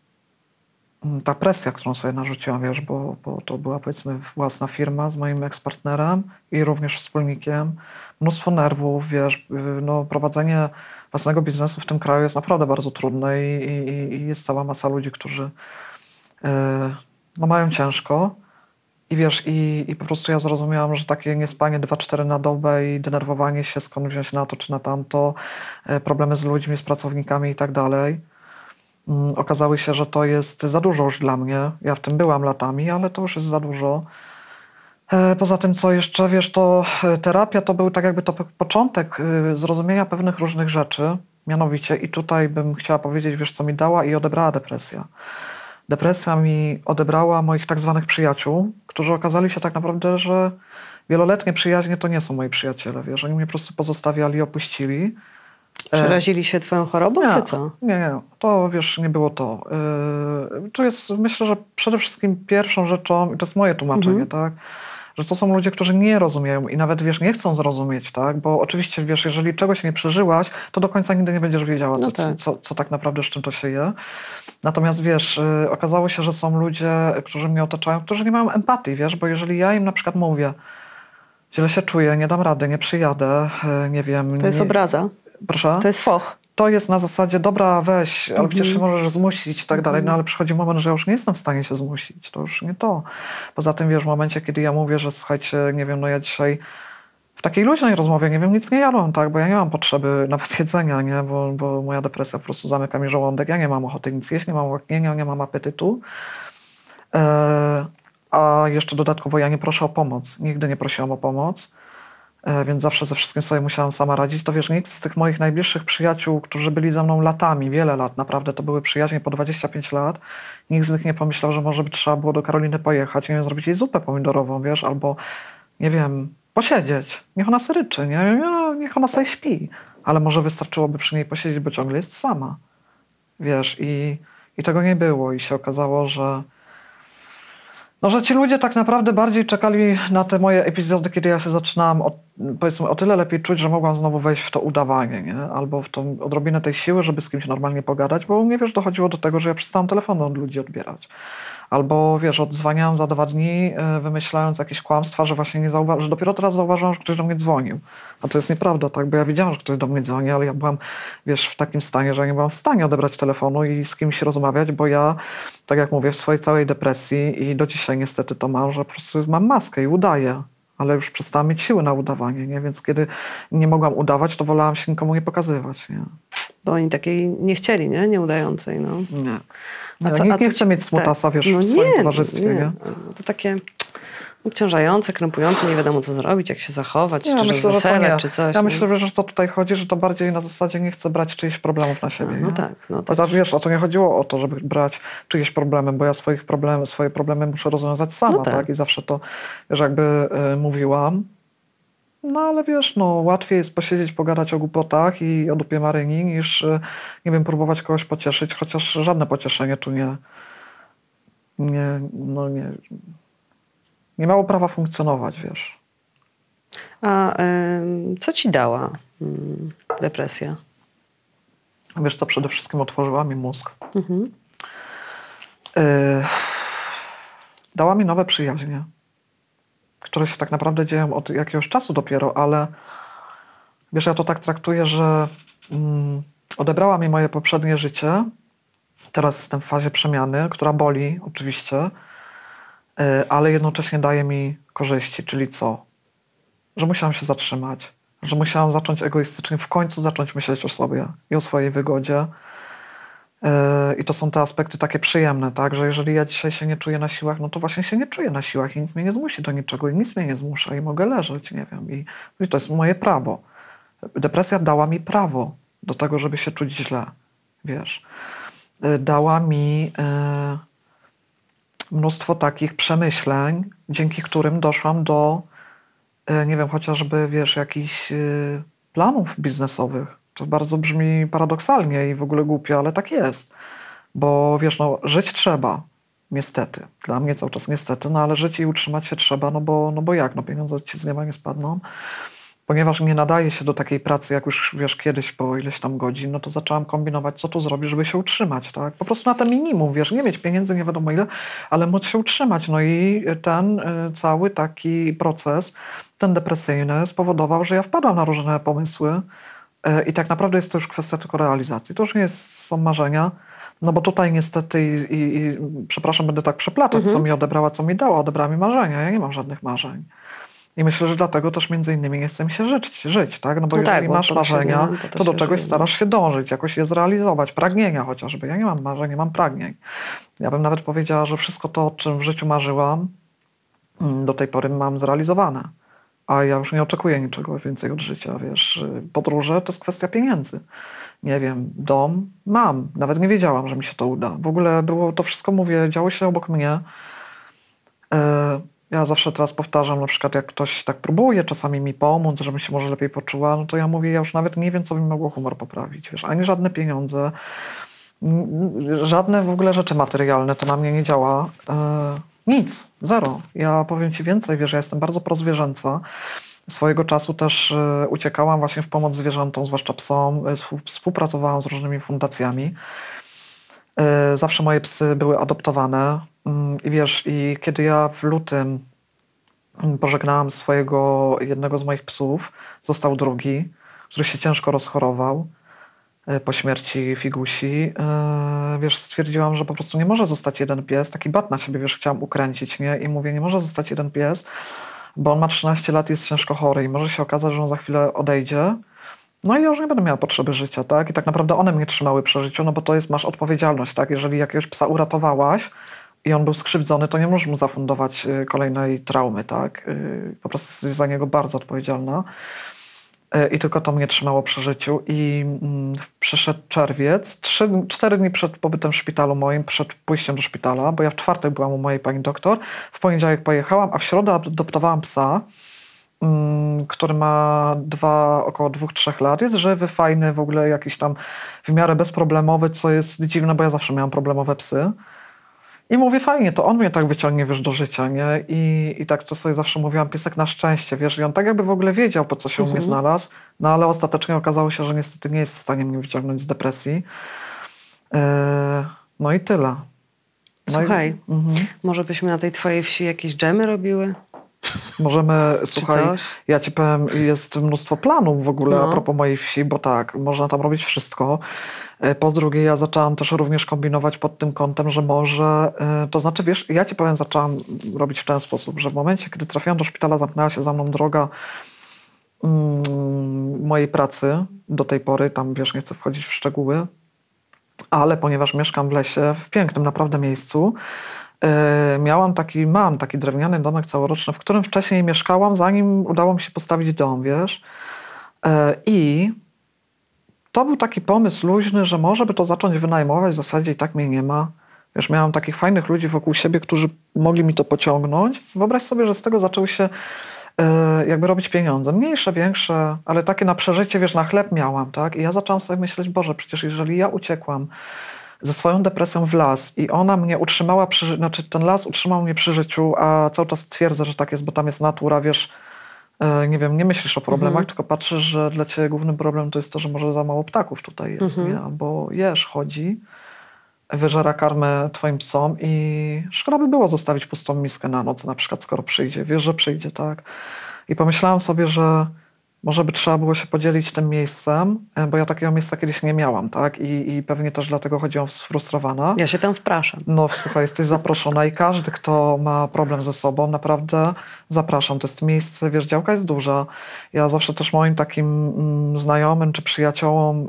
mm, ta presja, którą sobie narzuciłam, wiesz, bo, bo to była, powiedzmy, własna firma z moim ekspartnerem i również wspólnikiem. Mnóstwo nerwów, wiesz, y, no prowadzenie własnego biznesu w tym kraju jest naprawdę bardzo trudne i, i, i jest cała masa ludzi, którzy y, no, mają ciężko. I wiesz, i, i po prostu ja zrozumiałam, że takie niespanie dwa cztery na dobę i denerwowanie się, skąd wziąć na to czy na tamto, y, problemy z ludźmi, z pracownikami i tak dalej. Mm, Okazało się, że to jest za dużo już dla mnie. Ja w tym byłam latami, ale to już jest za dużo. E, Poza tym, co jeszcze, wiesz, to e, terapia to był tak jakby to po- początek e, zrozumienia pewnych różnych rzeczy. Mianowicie, i tutaj bym chciała powiedzieć, wiesz, co mi dała i odebrała depresja. Depresja mi odebrała moich tak zwanych przyjaciół, którzy okazali się tak naprawdę, że wieloletnie przyjaźnie to nie są moi przyjaciele, wiesz. Oni mnie po prostu pozostawiali, opuścili.
Przerazili się twoją chorobą,
Nie,
czy co?
nie, nie, to wiesz, nie było to. Yy, to jest, myślę, że przede wszystkim pierwszą rzeczą, i to jest moje tłumaczenie,
Mhm.
tak, że to są ludzie, którzy nie rozumieją i nawet, wiesz, nie chcą zrozumieć, tak, bo oczywiście, wiesz, jeżeli czegoś nie przeżyłaś, to do końca nigdy nie będziesz wiedziała, co,
No tak.
co, co tak naprawdę z czym to się je. Natomiast, wiesz, yy, okazało się, że są ludzie, którzy mnie otaczają, którzy nie mają empatii, wiesz, bo jeżeli ja im na przykład mówię, źle się czuję, nie dam rady, nie przyjadę, yy, nie wiem...
To jest
nie,
obraza.
Proszę?
To jest foch.
To jest na zasadzie, dobra, weź, ale przecież się możesz zmusić i tak dalej, no ale przychodzi moment, że ja już nie jestem w stanie się zmusić, to już nie to. Poza tym, wiesz, w momencie, kiedy ja mówię, że słuchajcie, nie wiem, no ja dzisiaj w takiej luźnej rozmowie, nie wiem, nic nie jadłam, tak, bo ja nie mam potrzeby nawet jedzenia, nie, bo, bo moja depresja po prostu zamyka mi żołądek, ja nie mam ochoty nic jeść, nie mam łaknienia, nie mam apetytu. E, a jeszcze dodatkowo ja nie proszę o pomoc, nigdy nie prosiłam o pomoc. E, Więc zawsze ze wszystkim sobie musiałam sama radzić. To wiesz, nikt z tych moich najbliższych przyjaciół, którzy byli ze mną latami, wiele lat, naprawdę to były przyjaźnie po dwadzieścia pięć lat, nikt z nich nie pomyślał, że może by trzeba było do Karoliny pojechać, nie wiem, zrobić jej zupę pomidorową, wiesz, albo, nie wiem, posiedzieć. Niech ona se ryczy, nie? No, niech ona sobie śpi. Ale może wystarczyłoby przy niej posiedzieć, bo ciągle jest sama. Wiesz, i, i tego nie było. I się okazało, że No, że ci ludzie tak naprawdę bardziej czekali na te moje epizody, kiedy ja się zaczynałam o, powiedzmy o tyle lepiej czuć, że mogłam znowu wejść w to udawanie, nie? Albo w tą odrobinę tej siły, żeby z kimś normalnie pogadać, bo u mnie, wiesz, dochodziło do tego, że ja przestałam telefonu od ludzi odbierać. Albo wiesz, odzwaniałam za dwa dni, y, wymyślając jakieś kłamstwa, że właśnie nie zauważyłam, że dopiero teraz zauważyłam, że ktoś do mnie dzwonił. A to jest nieprawda, tak? Bo ja wiedziałam, że ktoś do mnie dzwoni, ale ja byłam, wiesz, w takim stanie, że nie byłam w stanie odebrać telefonu i z kimś rozmawiać, bo ja, tak jak mówię, w swojej całej depresji i do dzisiaj niestety to mam, że po prostu mam maskę i udaję. Ale już przestałam mieć siły na udawanie, nie? Więc kiedy nie mogłam udawać, to wolałam się nikomu nie pokazywać, nie?
Bo oni takiej nie chcieli, nie? Nieudającej, no.
Nie.
A
nie
co-
nikt
a
nie
co
chce
ci-
mieć smutasa,
tak.
wiesz,
No
w swoim
nie,
towarzystwie, nie?
No to takie obciążające, krępujące, nie wiadomo co zrobić, jak się zachować,
Ja
czy
myślę,
że
że to
wesele,
nie.
czy coś.
Ja
nie?
myślę, że to tutaj chodzi, że to bardziej na zasadzie nie chcę brać czyichś problemów na siebie.
no
nie?
tak, no tak.
Chociaż wiesz, o to nie chodziło o to, żeby brać czyjeś problemy, bo ja swoich problem, swoje problemy muszę rozwiązać sama,
No tak.
tak. I zawsze to, wiesz, jakby y, mówiłam. No ale wiesz, no łatwiej jest posiedzieć, pogadać o głupotach i o dupie Maryni, niż, y, nie wiem, próbować kogoś pocieszyć, chociaż żadne pocieszenie tu nie, nie, no nie, nie miało prawa funkcjonować, wiesz.
A ym, co ci dała ym, depresja?
Wiesz co, przede wszystkim otworzyła mi mózg.
Mhm.
Yy, dała mi nowe przyjaźnie, które się tak naprawdę dzieją od jakiegoś czasu dopiero, ale wiesz, ja to tak traktuję, że mm, odebrała mi moje poprzednie życie. Teraz jestem w fazie przemiany, która boli oczywiście, yy, ale jednocześnie daje mi korzyści, czyli co? Że musiałam się zatrzymać, że musiałam zacząć egoistycznie, w końcu zacząć myśleć o sobie i o swojej wygodzie. Yy, I to są te aspekty takie przyjemne, tak? Że jeżeli ja dzisiaj się nie czuję na siłach, no to właśnie się nie czuję na siłach i nikt mnie nie zmusi do niczego i nic mnie nie zmusza i mogę leżeć, nie wiem. I, i to jest moje prawo. Depresja dała mi prawo do tego, żeby się czuć źle, wiesz. Yy, dała mi yy, mnóstwo takich przemyśleń, dzięki którym doszłam do, yy, nie wiem, chociażby, wiesz, jakichś yy, planów biznesowych. To bardzo brzmi paradoksalnie i w ogóle głupio, ale tak jest. Bo wiesz, no żyć trzeba, niestety. Dla mnie cały czas niestety, no ale żyć i utrzymać się trzeba, no bo, no bo jak? No pieniądze ci z nieba nie spadną. Ponieważ nie nadaje się do takiej pracy, jak już wiesz, kiedyś po ileś tam godzin, no to zaczęłam kombinować, co tu zrobić, żeby się utrzymać, tak? Po prostu na te minimum, wiesz, nie mieć pieniędzy, nie wiadomo ile, ale móc się utrzymać. No i ten y, cały taki proces, ten depresyjny spowodował, że ja wpadłam na różne pomysły, i tak naprawdę jest to już kwestia tylko realizacji. To już nie jest, są marzenia, no bo tutaj niestety, i, i, i przepraszam, będę tak przeplatać,
Mhm.
co mi odebrała, co mi dała. Odebrała mi marzenia. Ja nie mam żadnych marzeń. I myślę, że dlatego też między innymi nie chce mi się żyć, żyć tak? No bo
No
jeżeli
tak, bo
masz
to się
marzenia,
nie- to to
to do
się
czegoś
żyje,
starasz się dążyć, jakoś je zrealizować. Pragnienia chociażby. Ja nie mam marzeń, nie mam pragnień. Ja bym nawet powiedziała, że wszystko to, o czym w życiu marzyłam, do tej pory mam zrealizowane. A ja już nie oczekuję niczego więcej od życia, wiesz. Podróże to jest kwestia pieniędzy. Nie wiem, dom mam. Nawet nie wiedziałam, że mi się to uda. W ogóle było to wszystko, mówię, działo się obok mnie. Ja zawsze teraz powtarzam, na przykład jak ktoś tak próbuje czasami mi pomóc, żebym się może lepiej poczuła, no to ja mówię, ja już nawet nie wiem, co by mi mogło humor poprawić, wiesz. Ani żadne pieniądze, żadne w ogóle rzeczy materialne, to na mnie nie działa. Nic, zero. Ja powiem ci więcej, wiesz, ja jestem bardzo prozwierzęca. Swojego czasu też y, uciekałam właśnie w pomoc zwierzętom, zwłaszcza psom. Y, współpracowałam z różnymi fundacjami. Y, zawsze moje psy były adoptowane. Y, I wiesz, i kiedy ja w lutym y, pożegnałam swojego, jednego z moich psów, został drugi, który się ciężko rozchorował po śmierci Figusi, wiesz, stwierdziłam, że po prostu nie może zostać jeden pies. Taki bat na siebie, wiesz, chciałam ukręcić, nie? I mówię, nie może zostać jeden pies, bo on ma trzynaście lat i jest ciężko chory i może się okazać, że on za chwilę odejdzie. No i ja już nie będę miała potrzeby życia, tak? I tak naprawdę one mnie trzymały przy życiu, no bo to jest, masz odpowiedzialność, tak? Jeżeli jakiegoś psa uratowałaś i on był skrzywdzony, to nie możesz mu zafundować kolejnej traumy, tak? Po prostu jesteś za niego bardzo odpowiedzialna. I tylko to mnie trzymało przy życiu. I mm, przyszedł czerwiec, trzy, cztery dni przed pobytem w szpitalu moim, przed pójściem do szpitala, bo ja w czwartek byłam u mojej pani doktor, w poniedziałek pojechałam, a w środę adoptowałam psa, mm, który ma dwa, około dwóch, trzech lat. Jest żywy, fajny, w ogóle jakiś tam w miarę bezproblemowy, co jest dziwne, bo ja zawsze miałam problemowe psy. I mówię, fajnie, to on mnie tak wyciągnie, wiesz, do życia, nie? I, i tak to sobie zawsze mówiłam, piesek na szczęście, wiesz? I on tak jakby w ogóle wiedział, po co się u mnie znalazł, no ale ostatecznie okazało się, że niestety nie jest w stanie mnie wyciągnąć z depresji. Yy, no i tyle. No i-
Słuchaj,
Mhm.
może byśmy na tej twojej wsi jakieś dżemy robiły?
Możemy, słuchaj,
coś?
ja ci powiem, jest mnóstwo planów w ogóle
No.
a propos mojej wsi, bo tak, można tam robić wszystko. E, Po drugie, ja zaczęłam też również kombinować pod tym kątem, że może, e, to znaczy, wiesz, ja ci powiem, zaczęłam robić w ten sposób, że w momencie, kiedy trafiłam do szpitala, zamknęła się za mną droga mm, mojej pracy do tej pory, tam wiesz, nie chcę wchodzić w szczegóły, ale ponieważ mieszkam w lesie, w pięknym naprawdę miejscu, e, miałam taki, mam taki drewniany domek całoroczny, w którym wcześniej mieszkałam, zanim udało mi się postawić dom, wiesz. E, I to był taki pomysł luźny, że może by to zacząć wynajmować, w zasadzie i tak mnie nie ma. Wiesz, miałam takich fajnych ludzi wokół siebie, którzy mogli mi to pociągnąć. Wyobraź sobie, że z tego zaczęły się e, jakby robić pieniądze. Mniejsze, większe, ale takie na przeżycie, wiesz, na chleb miałam, tak? I ja zaczęłam sobie myśleć, Boże, przecież jeżeli ja uciekłam ze swoją depresją w las i ona mnie utrzymała, przy, ży- znaczy ten las utrzymał mnie przy życiu, a cały czas twierdzę, że tak jest, bo tam jest natura, wiesz, e, nie wiem, nie myślisz o problemach,
Mhm.
tylko patrzysz, że dla ciebie głównym problemem to jest to, że może za mało ptaków tutaj jest,
Mhm.
nie? Albo jesz, chodzi, wyżera karmę twoim psom i szkoda by było zostawić pustą miskę na noc, na przykład skoro przyjdzie, wiesz, że przyjdzie, tak? I pomyślałam sobie, że może by trzeba było się podzielić tym miejscem, e, bo ja takiego miejsca kiedyś nie miałam, tak? I, i pewnie też dlatego chodziłam sfrustrowana.
Ja się tam wpraszam.
No słuchaj, jesteś zaproszona i każdy, kto ma problem ze sobą, naprawdę zapraszam. To jest miejsce, wiesz, działka jest duża. Ja zawsze też moim takim mm, znajomym czy przyjaciołom,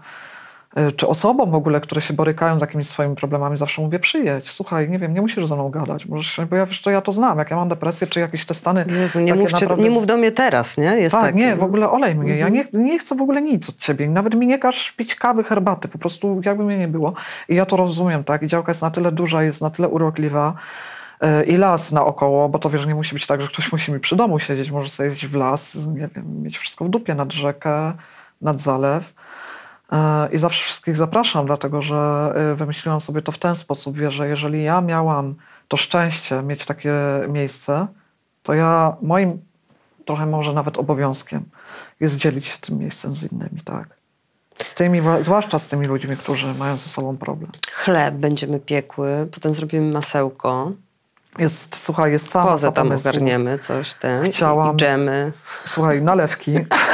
y, y, czy osobom w ogóle, które się borykają z jakimiś swoimi problemami, zawsze mówię, przyjedź, słuchaj, nie wiem, nie musisz ze mną gadać, możesz, się- bo ja wiesz, to ja to znam, jak ja mam depresję, czy jakieś te stany
Jezu, nie,
takie
mówcie,
naprawdę
nie
z-
mów do mnie teraz, nie? Jest
tak,
taki,
nie,
no.
w ogóle olej mnie. Ja nie, nie chcę w ogóle nic od ciebie. Nawet mi nie każ pić kawy, herbaty. Po prostu jakby mnie nie było. I ja to rozumiem, tak? I działka jest na tyle duża, jest na tyle urokliwa. Yy, I las naokoło, bo to wiesz, nie musi być tak, że ktoś musi mi przy domu siedzieć. Może sobie jeździć w las, nie wiem, mieć wszystko w dupie, nad rzekę, nad zalew. Yy, I zawsze wszystkich zapraszam, dlatego że yy, wymyśliłam sobie to w ten sposób, wiesz, że jeżeli ja miałam to szczęście mieć takie miejsce, to ja moim trochę może nawet obowiązkiem jest dzielić się tym miejscem z innymi, tak? Z tymi, wa- zwłaszcza z tymi ludźmi, którzy mają ze sobą problem.
Chleb będziemy piekły, potem zrobimy masełko,
Jest, słuchaj, jest cała
kozę
masa
tam
pomysłów.
ogarniemy, coś ten,
Chciałam-
i dżemy,
Słuchaj, nalewki.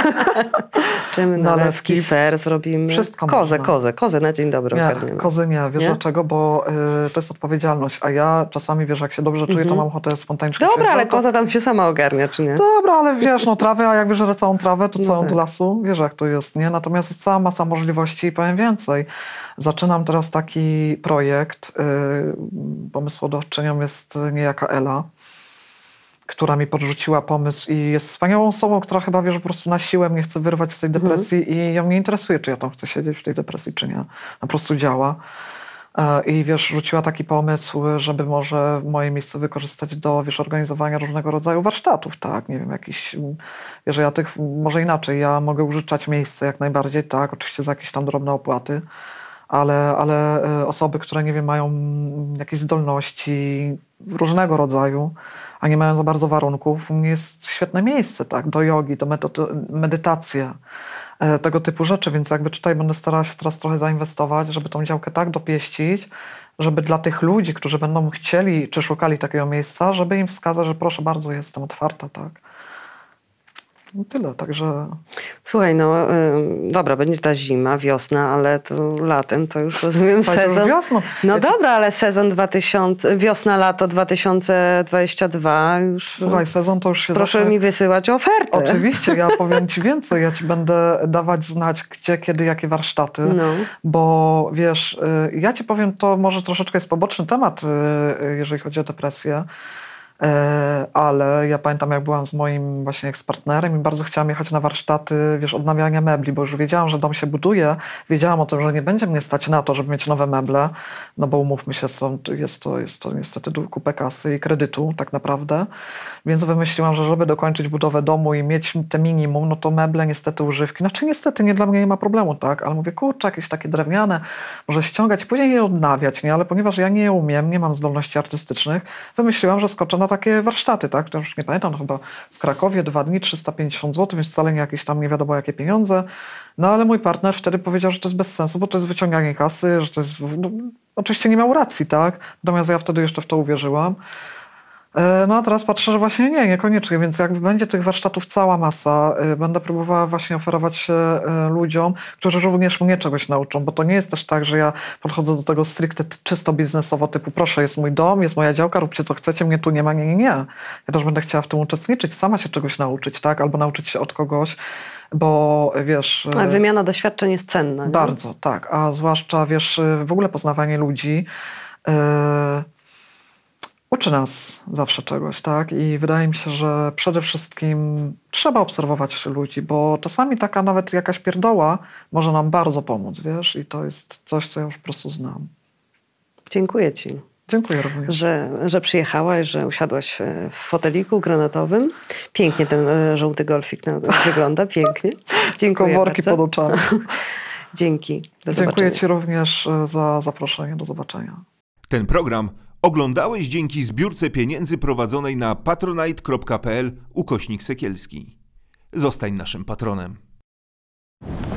dżemy, nalewki,
Nalewki.
ser zrobimy.
Wszystko
Kozę,
można.
kozę, kozę na dzień dobry
Nie,
ogarniemy.
kozy nie. Wiesz
Nie?
dlaczego? Bo y, to jest odpowiedzialność. A ja czasami, wiesz, jak się dobrze czuję, to mam ochotę spontanicznie
Dobra,
przyjść,
ale
no to-
koza tam się sama ogarnia, czy nie?
Dobra, ale wiesz, no trawę, a jak wyżerę całą trawę, to
No
całą
tak.
do lasu, wiesz jak to jest, nie? Natomiast jest cała masa możliwości i powiem więcej. Zaczynam teraz taki projekt, yy, pomysłodawczynią jest niejaka Ela, która mi podrzuciła pomysł i jest wspaniałą osobą, która chyba, wiesz, po prostu na siłę mnie chce wyrwać z tej depresji i ją nie interesuje, czy ja tam chcę siedzieć w tej depresji, czy nie. Po prostu działa. E, I wiesz, rzuciła taki pomysł, żeby może moje miejsce wykorzystać do, wiesz, organizowania różnego rodzaju warsztatów, tak, nie wiem, jakiś, wiesz, ja tych, może inaczej, ja mogę użyczać miejsce jak najbardziej, tak, oczywiście za jakieś tam drobne opłaty, ale, ale e, osoby, które, nie wiem, mają mm, jakieś zdolności różnego rodzaju, a nie mają za bardzo warunków, u mnie jest świetne miejsce, tak, do jogi, do meto- medytacji, e, tego typu rzeczy, więc jakby tutaj będę starała się teraz trochę zainwestować, żeby tą działkę tak dopieścić, żeby dla tych ludzi, którzy będą chcieli, czy szukali takiego miejsca, żeby im wskazać, że proszę bardzo, jestem otwarta, tak. I tyle, także...
Słuchaj, no ym, dobra, będzie ta zima, wiosna, ale to latem to już rozumiem
Słuchaj, to już
sezon.
wiosną.
No
Ja ci-
dobra, ale sezon dwa tysiące, wiosna, lato dwa tysiące dwudziesty drugi już...
Słuchaj, sezon to już się
proszę
zacznie...
mi wysyłać ofertę.
Oczywiście, ja powiem ci więcej. Ja ci będę dawać znać, gdzie, kiedy, jakie warsztaty.
No.
Bo wiesz, y, ja ci powiem, to może troszeczkę jest poboczny temat, y, y, jeżeli chodzi o depresję. E, Ale ja pamiętam, jak byłam z moim właśnie ekspartnerem i bardzo chciałam jechać na warsztaty, wiesz, odnawiania mebli, bo już wiedziałam, że dom się buduje. Wiedziałam o tym, że nie będzie mnie stać na to, żeby mieć nowe meble, no bo umówmy się, są, jest, to, jest to niestety du- kupę kasy i kredytu tak naprawdę. Więc wymyśliłam, że żeby dokończyć budowę domu i mieć te minimum, no to meble, niestety używki. Znaczy niestety, nie dla mnie nie ma problemu, tak? Ale mówię, kurczę, jakieś takie drewniane, może ściągać i później je odnawiać, nie? Ale ponieważ ja nie umiem, nie mam zdolności artystycznych, wymyśliłam, że skoczę na takie warsztaty, tak? To już nie pamiętam, no chyba w Krakowie dwa dni, trzysta pięćdziesiąt złotych, więc wcale nie jakieś tam nie wiadomo jakie pieniądze. No ale mój partner wtedy powiedział, że to jest bez sensu, bo to jest wyciąganie kasy, że to jest... No, oczywiście nie miał racji, tak? Natomiast ja wtedy jeszcze w to uwierzyłam. No a teraz patrzę, że właśnie nie, niekoniecznie, więc jakby będzie tych warsztatów cała masa. Będę próbowała właśnie oferować się ludziom, którzy również mnie czegoś nauczą, bo to nie jest też tak, że ja podchodzę do tego stricte czysto biznesowo, typu proszę, jest mój dom, jest moja działka, róbcie co chcecie, mnie tu nie ma, nie, nie, nie. Ja też będę chciała w tym uczestniczyć, sama się czegoś nauczyć, tak? Albo nauczyć się od kogoś, bo wiesz...
A wymiana doświadczeń jest cenna. Nie?
Bardzo, tak. A zwłaszcza, wiesz, w ogóle poznawanie ludzi... Yy, uczy nas zawsze czegoś, tak? I wydaje mi się, że przede wszystkim trzeba obserwować ludzi, bo czasami taka nawet jakaś pierdoła może nam bardzo pomóc, wiesz? I to jest coś, co ja już po prostu znam.
Dziękuję ci.
Dziękuję również.
Że, że przyjechałaś, że usiadłaś w foteliku granatowym. Pięknie ten żółty golfik wygląda, pięknie. Dziękuję
worki
bardzo.
pod oczami.
Dzięki. Do
Dziękuję
zobaczenia.
ci również za zaproszenie. Do zobaczenia.
Ten program oglądałeś dzięki zbiórce pieniędzy prowadzonej na patronite kropka pl ukośnik Sekielski. Zostań naszym patronem.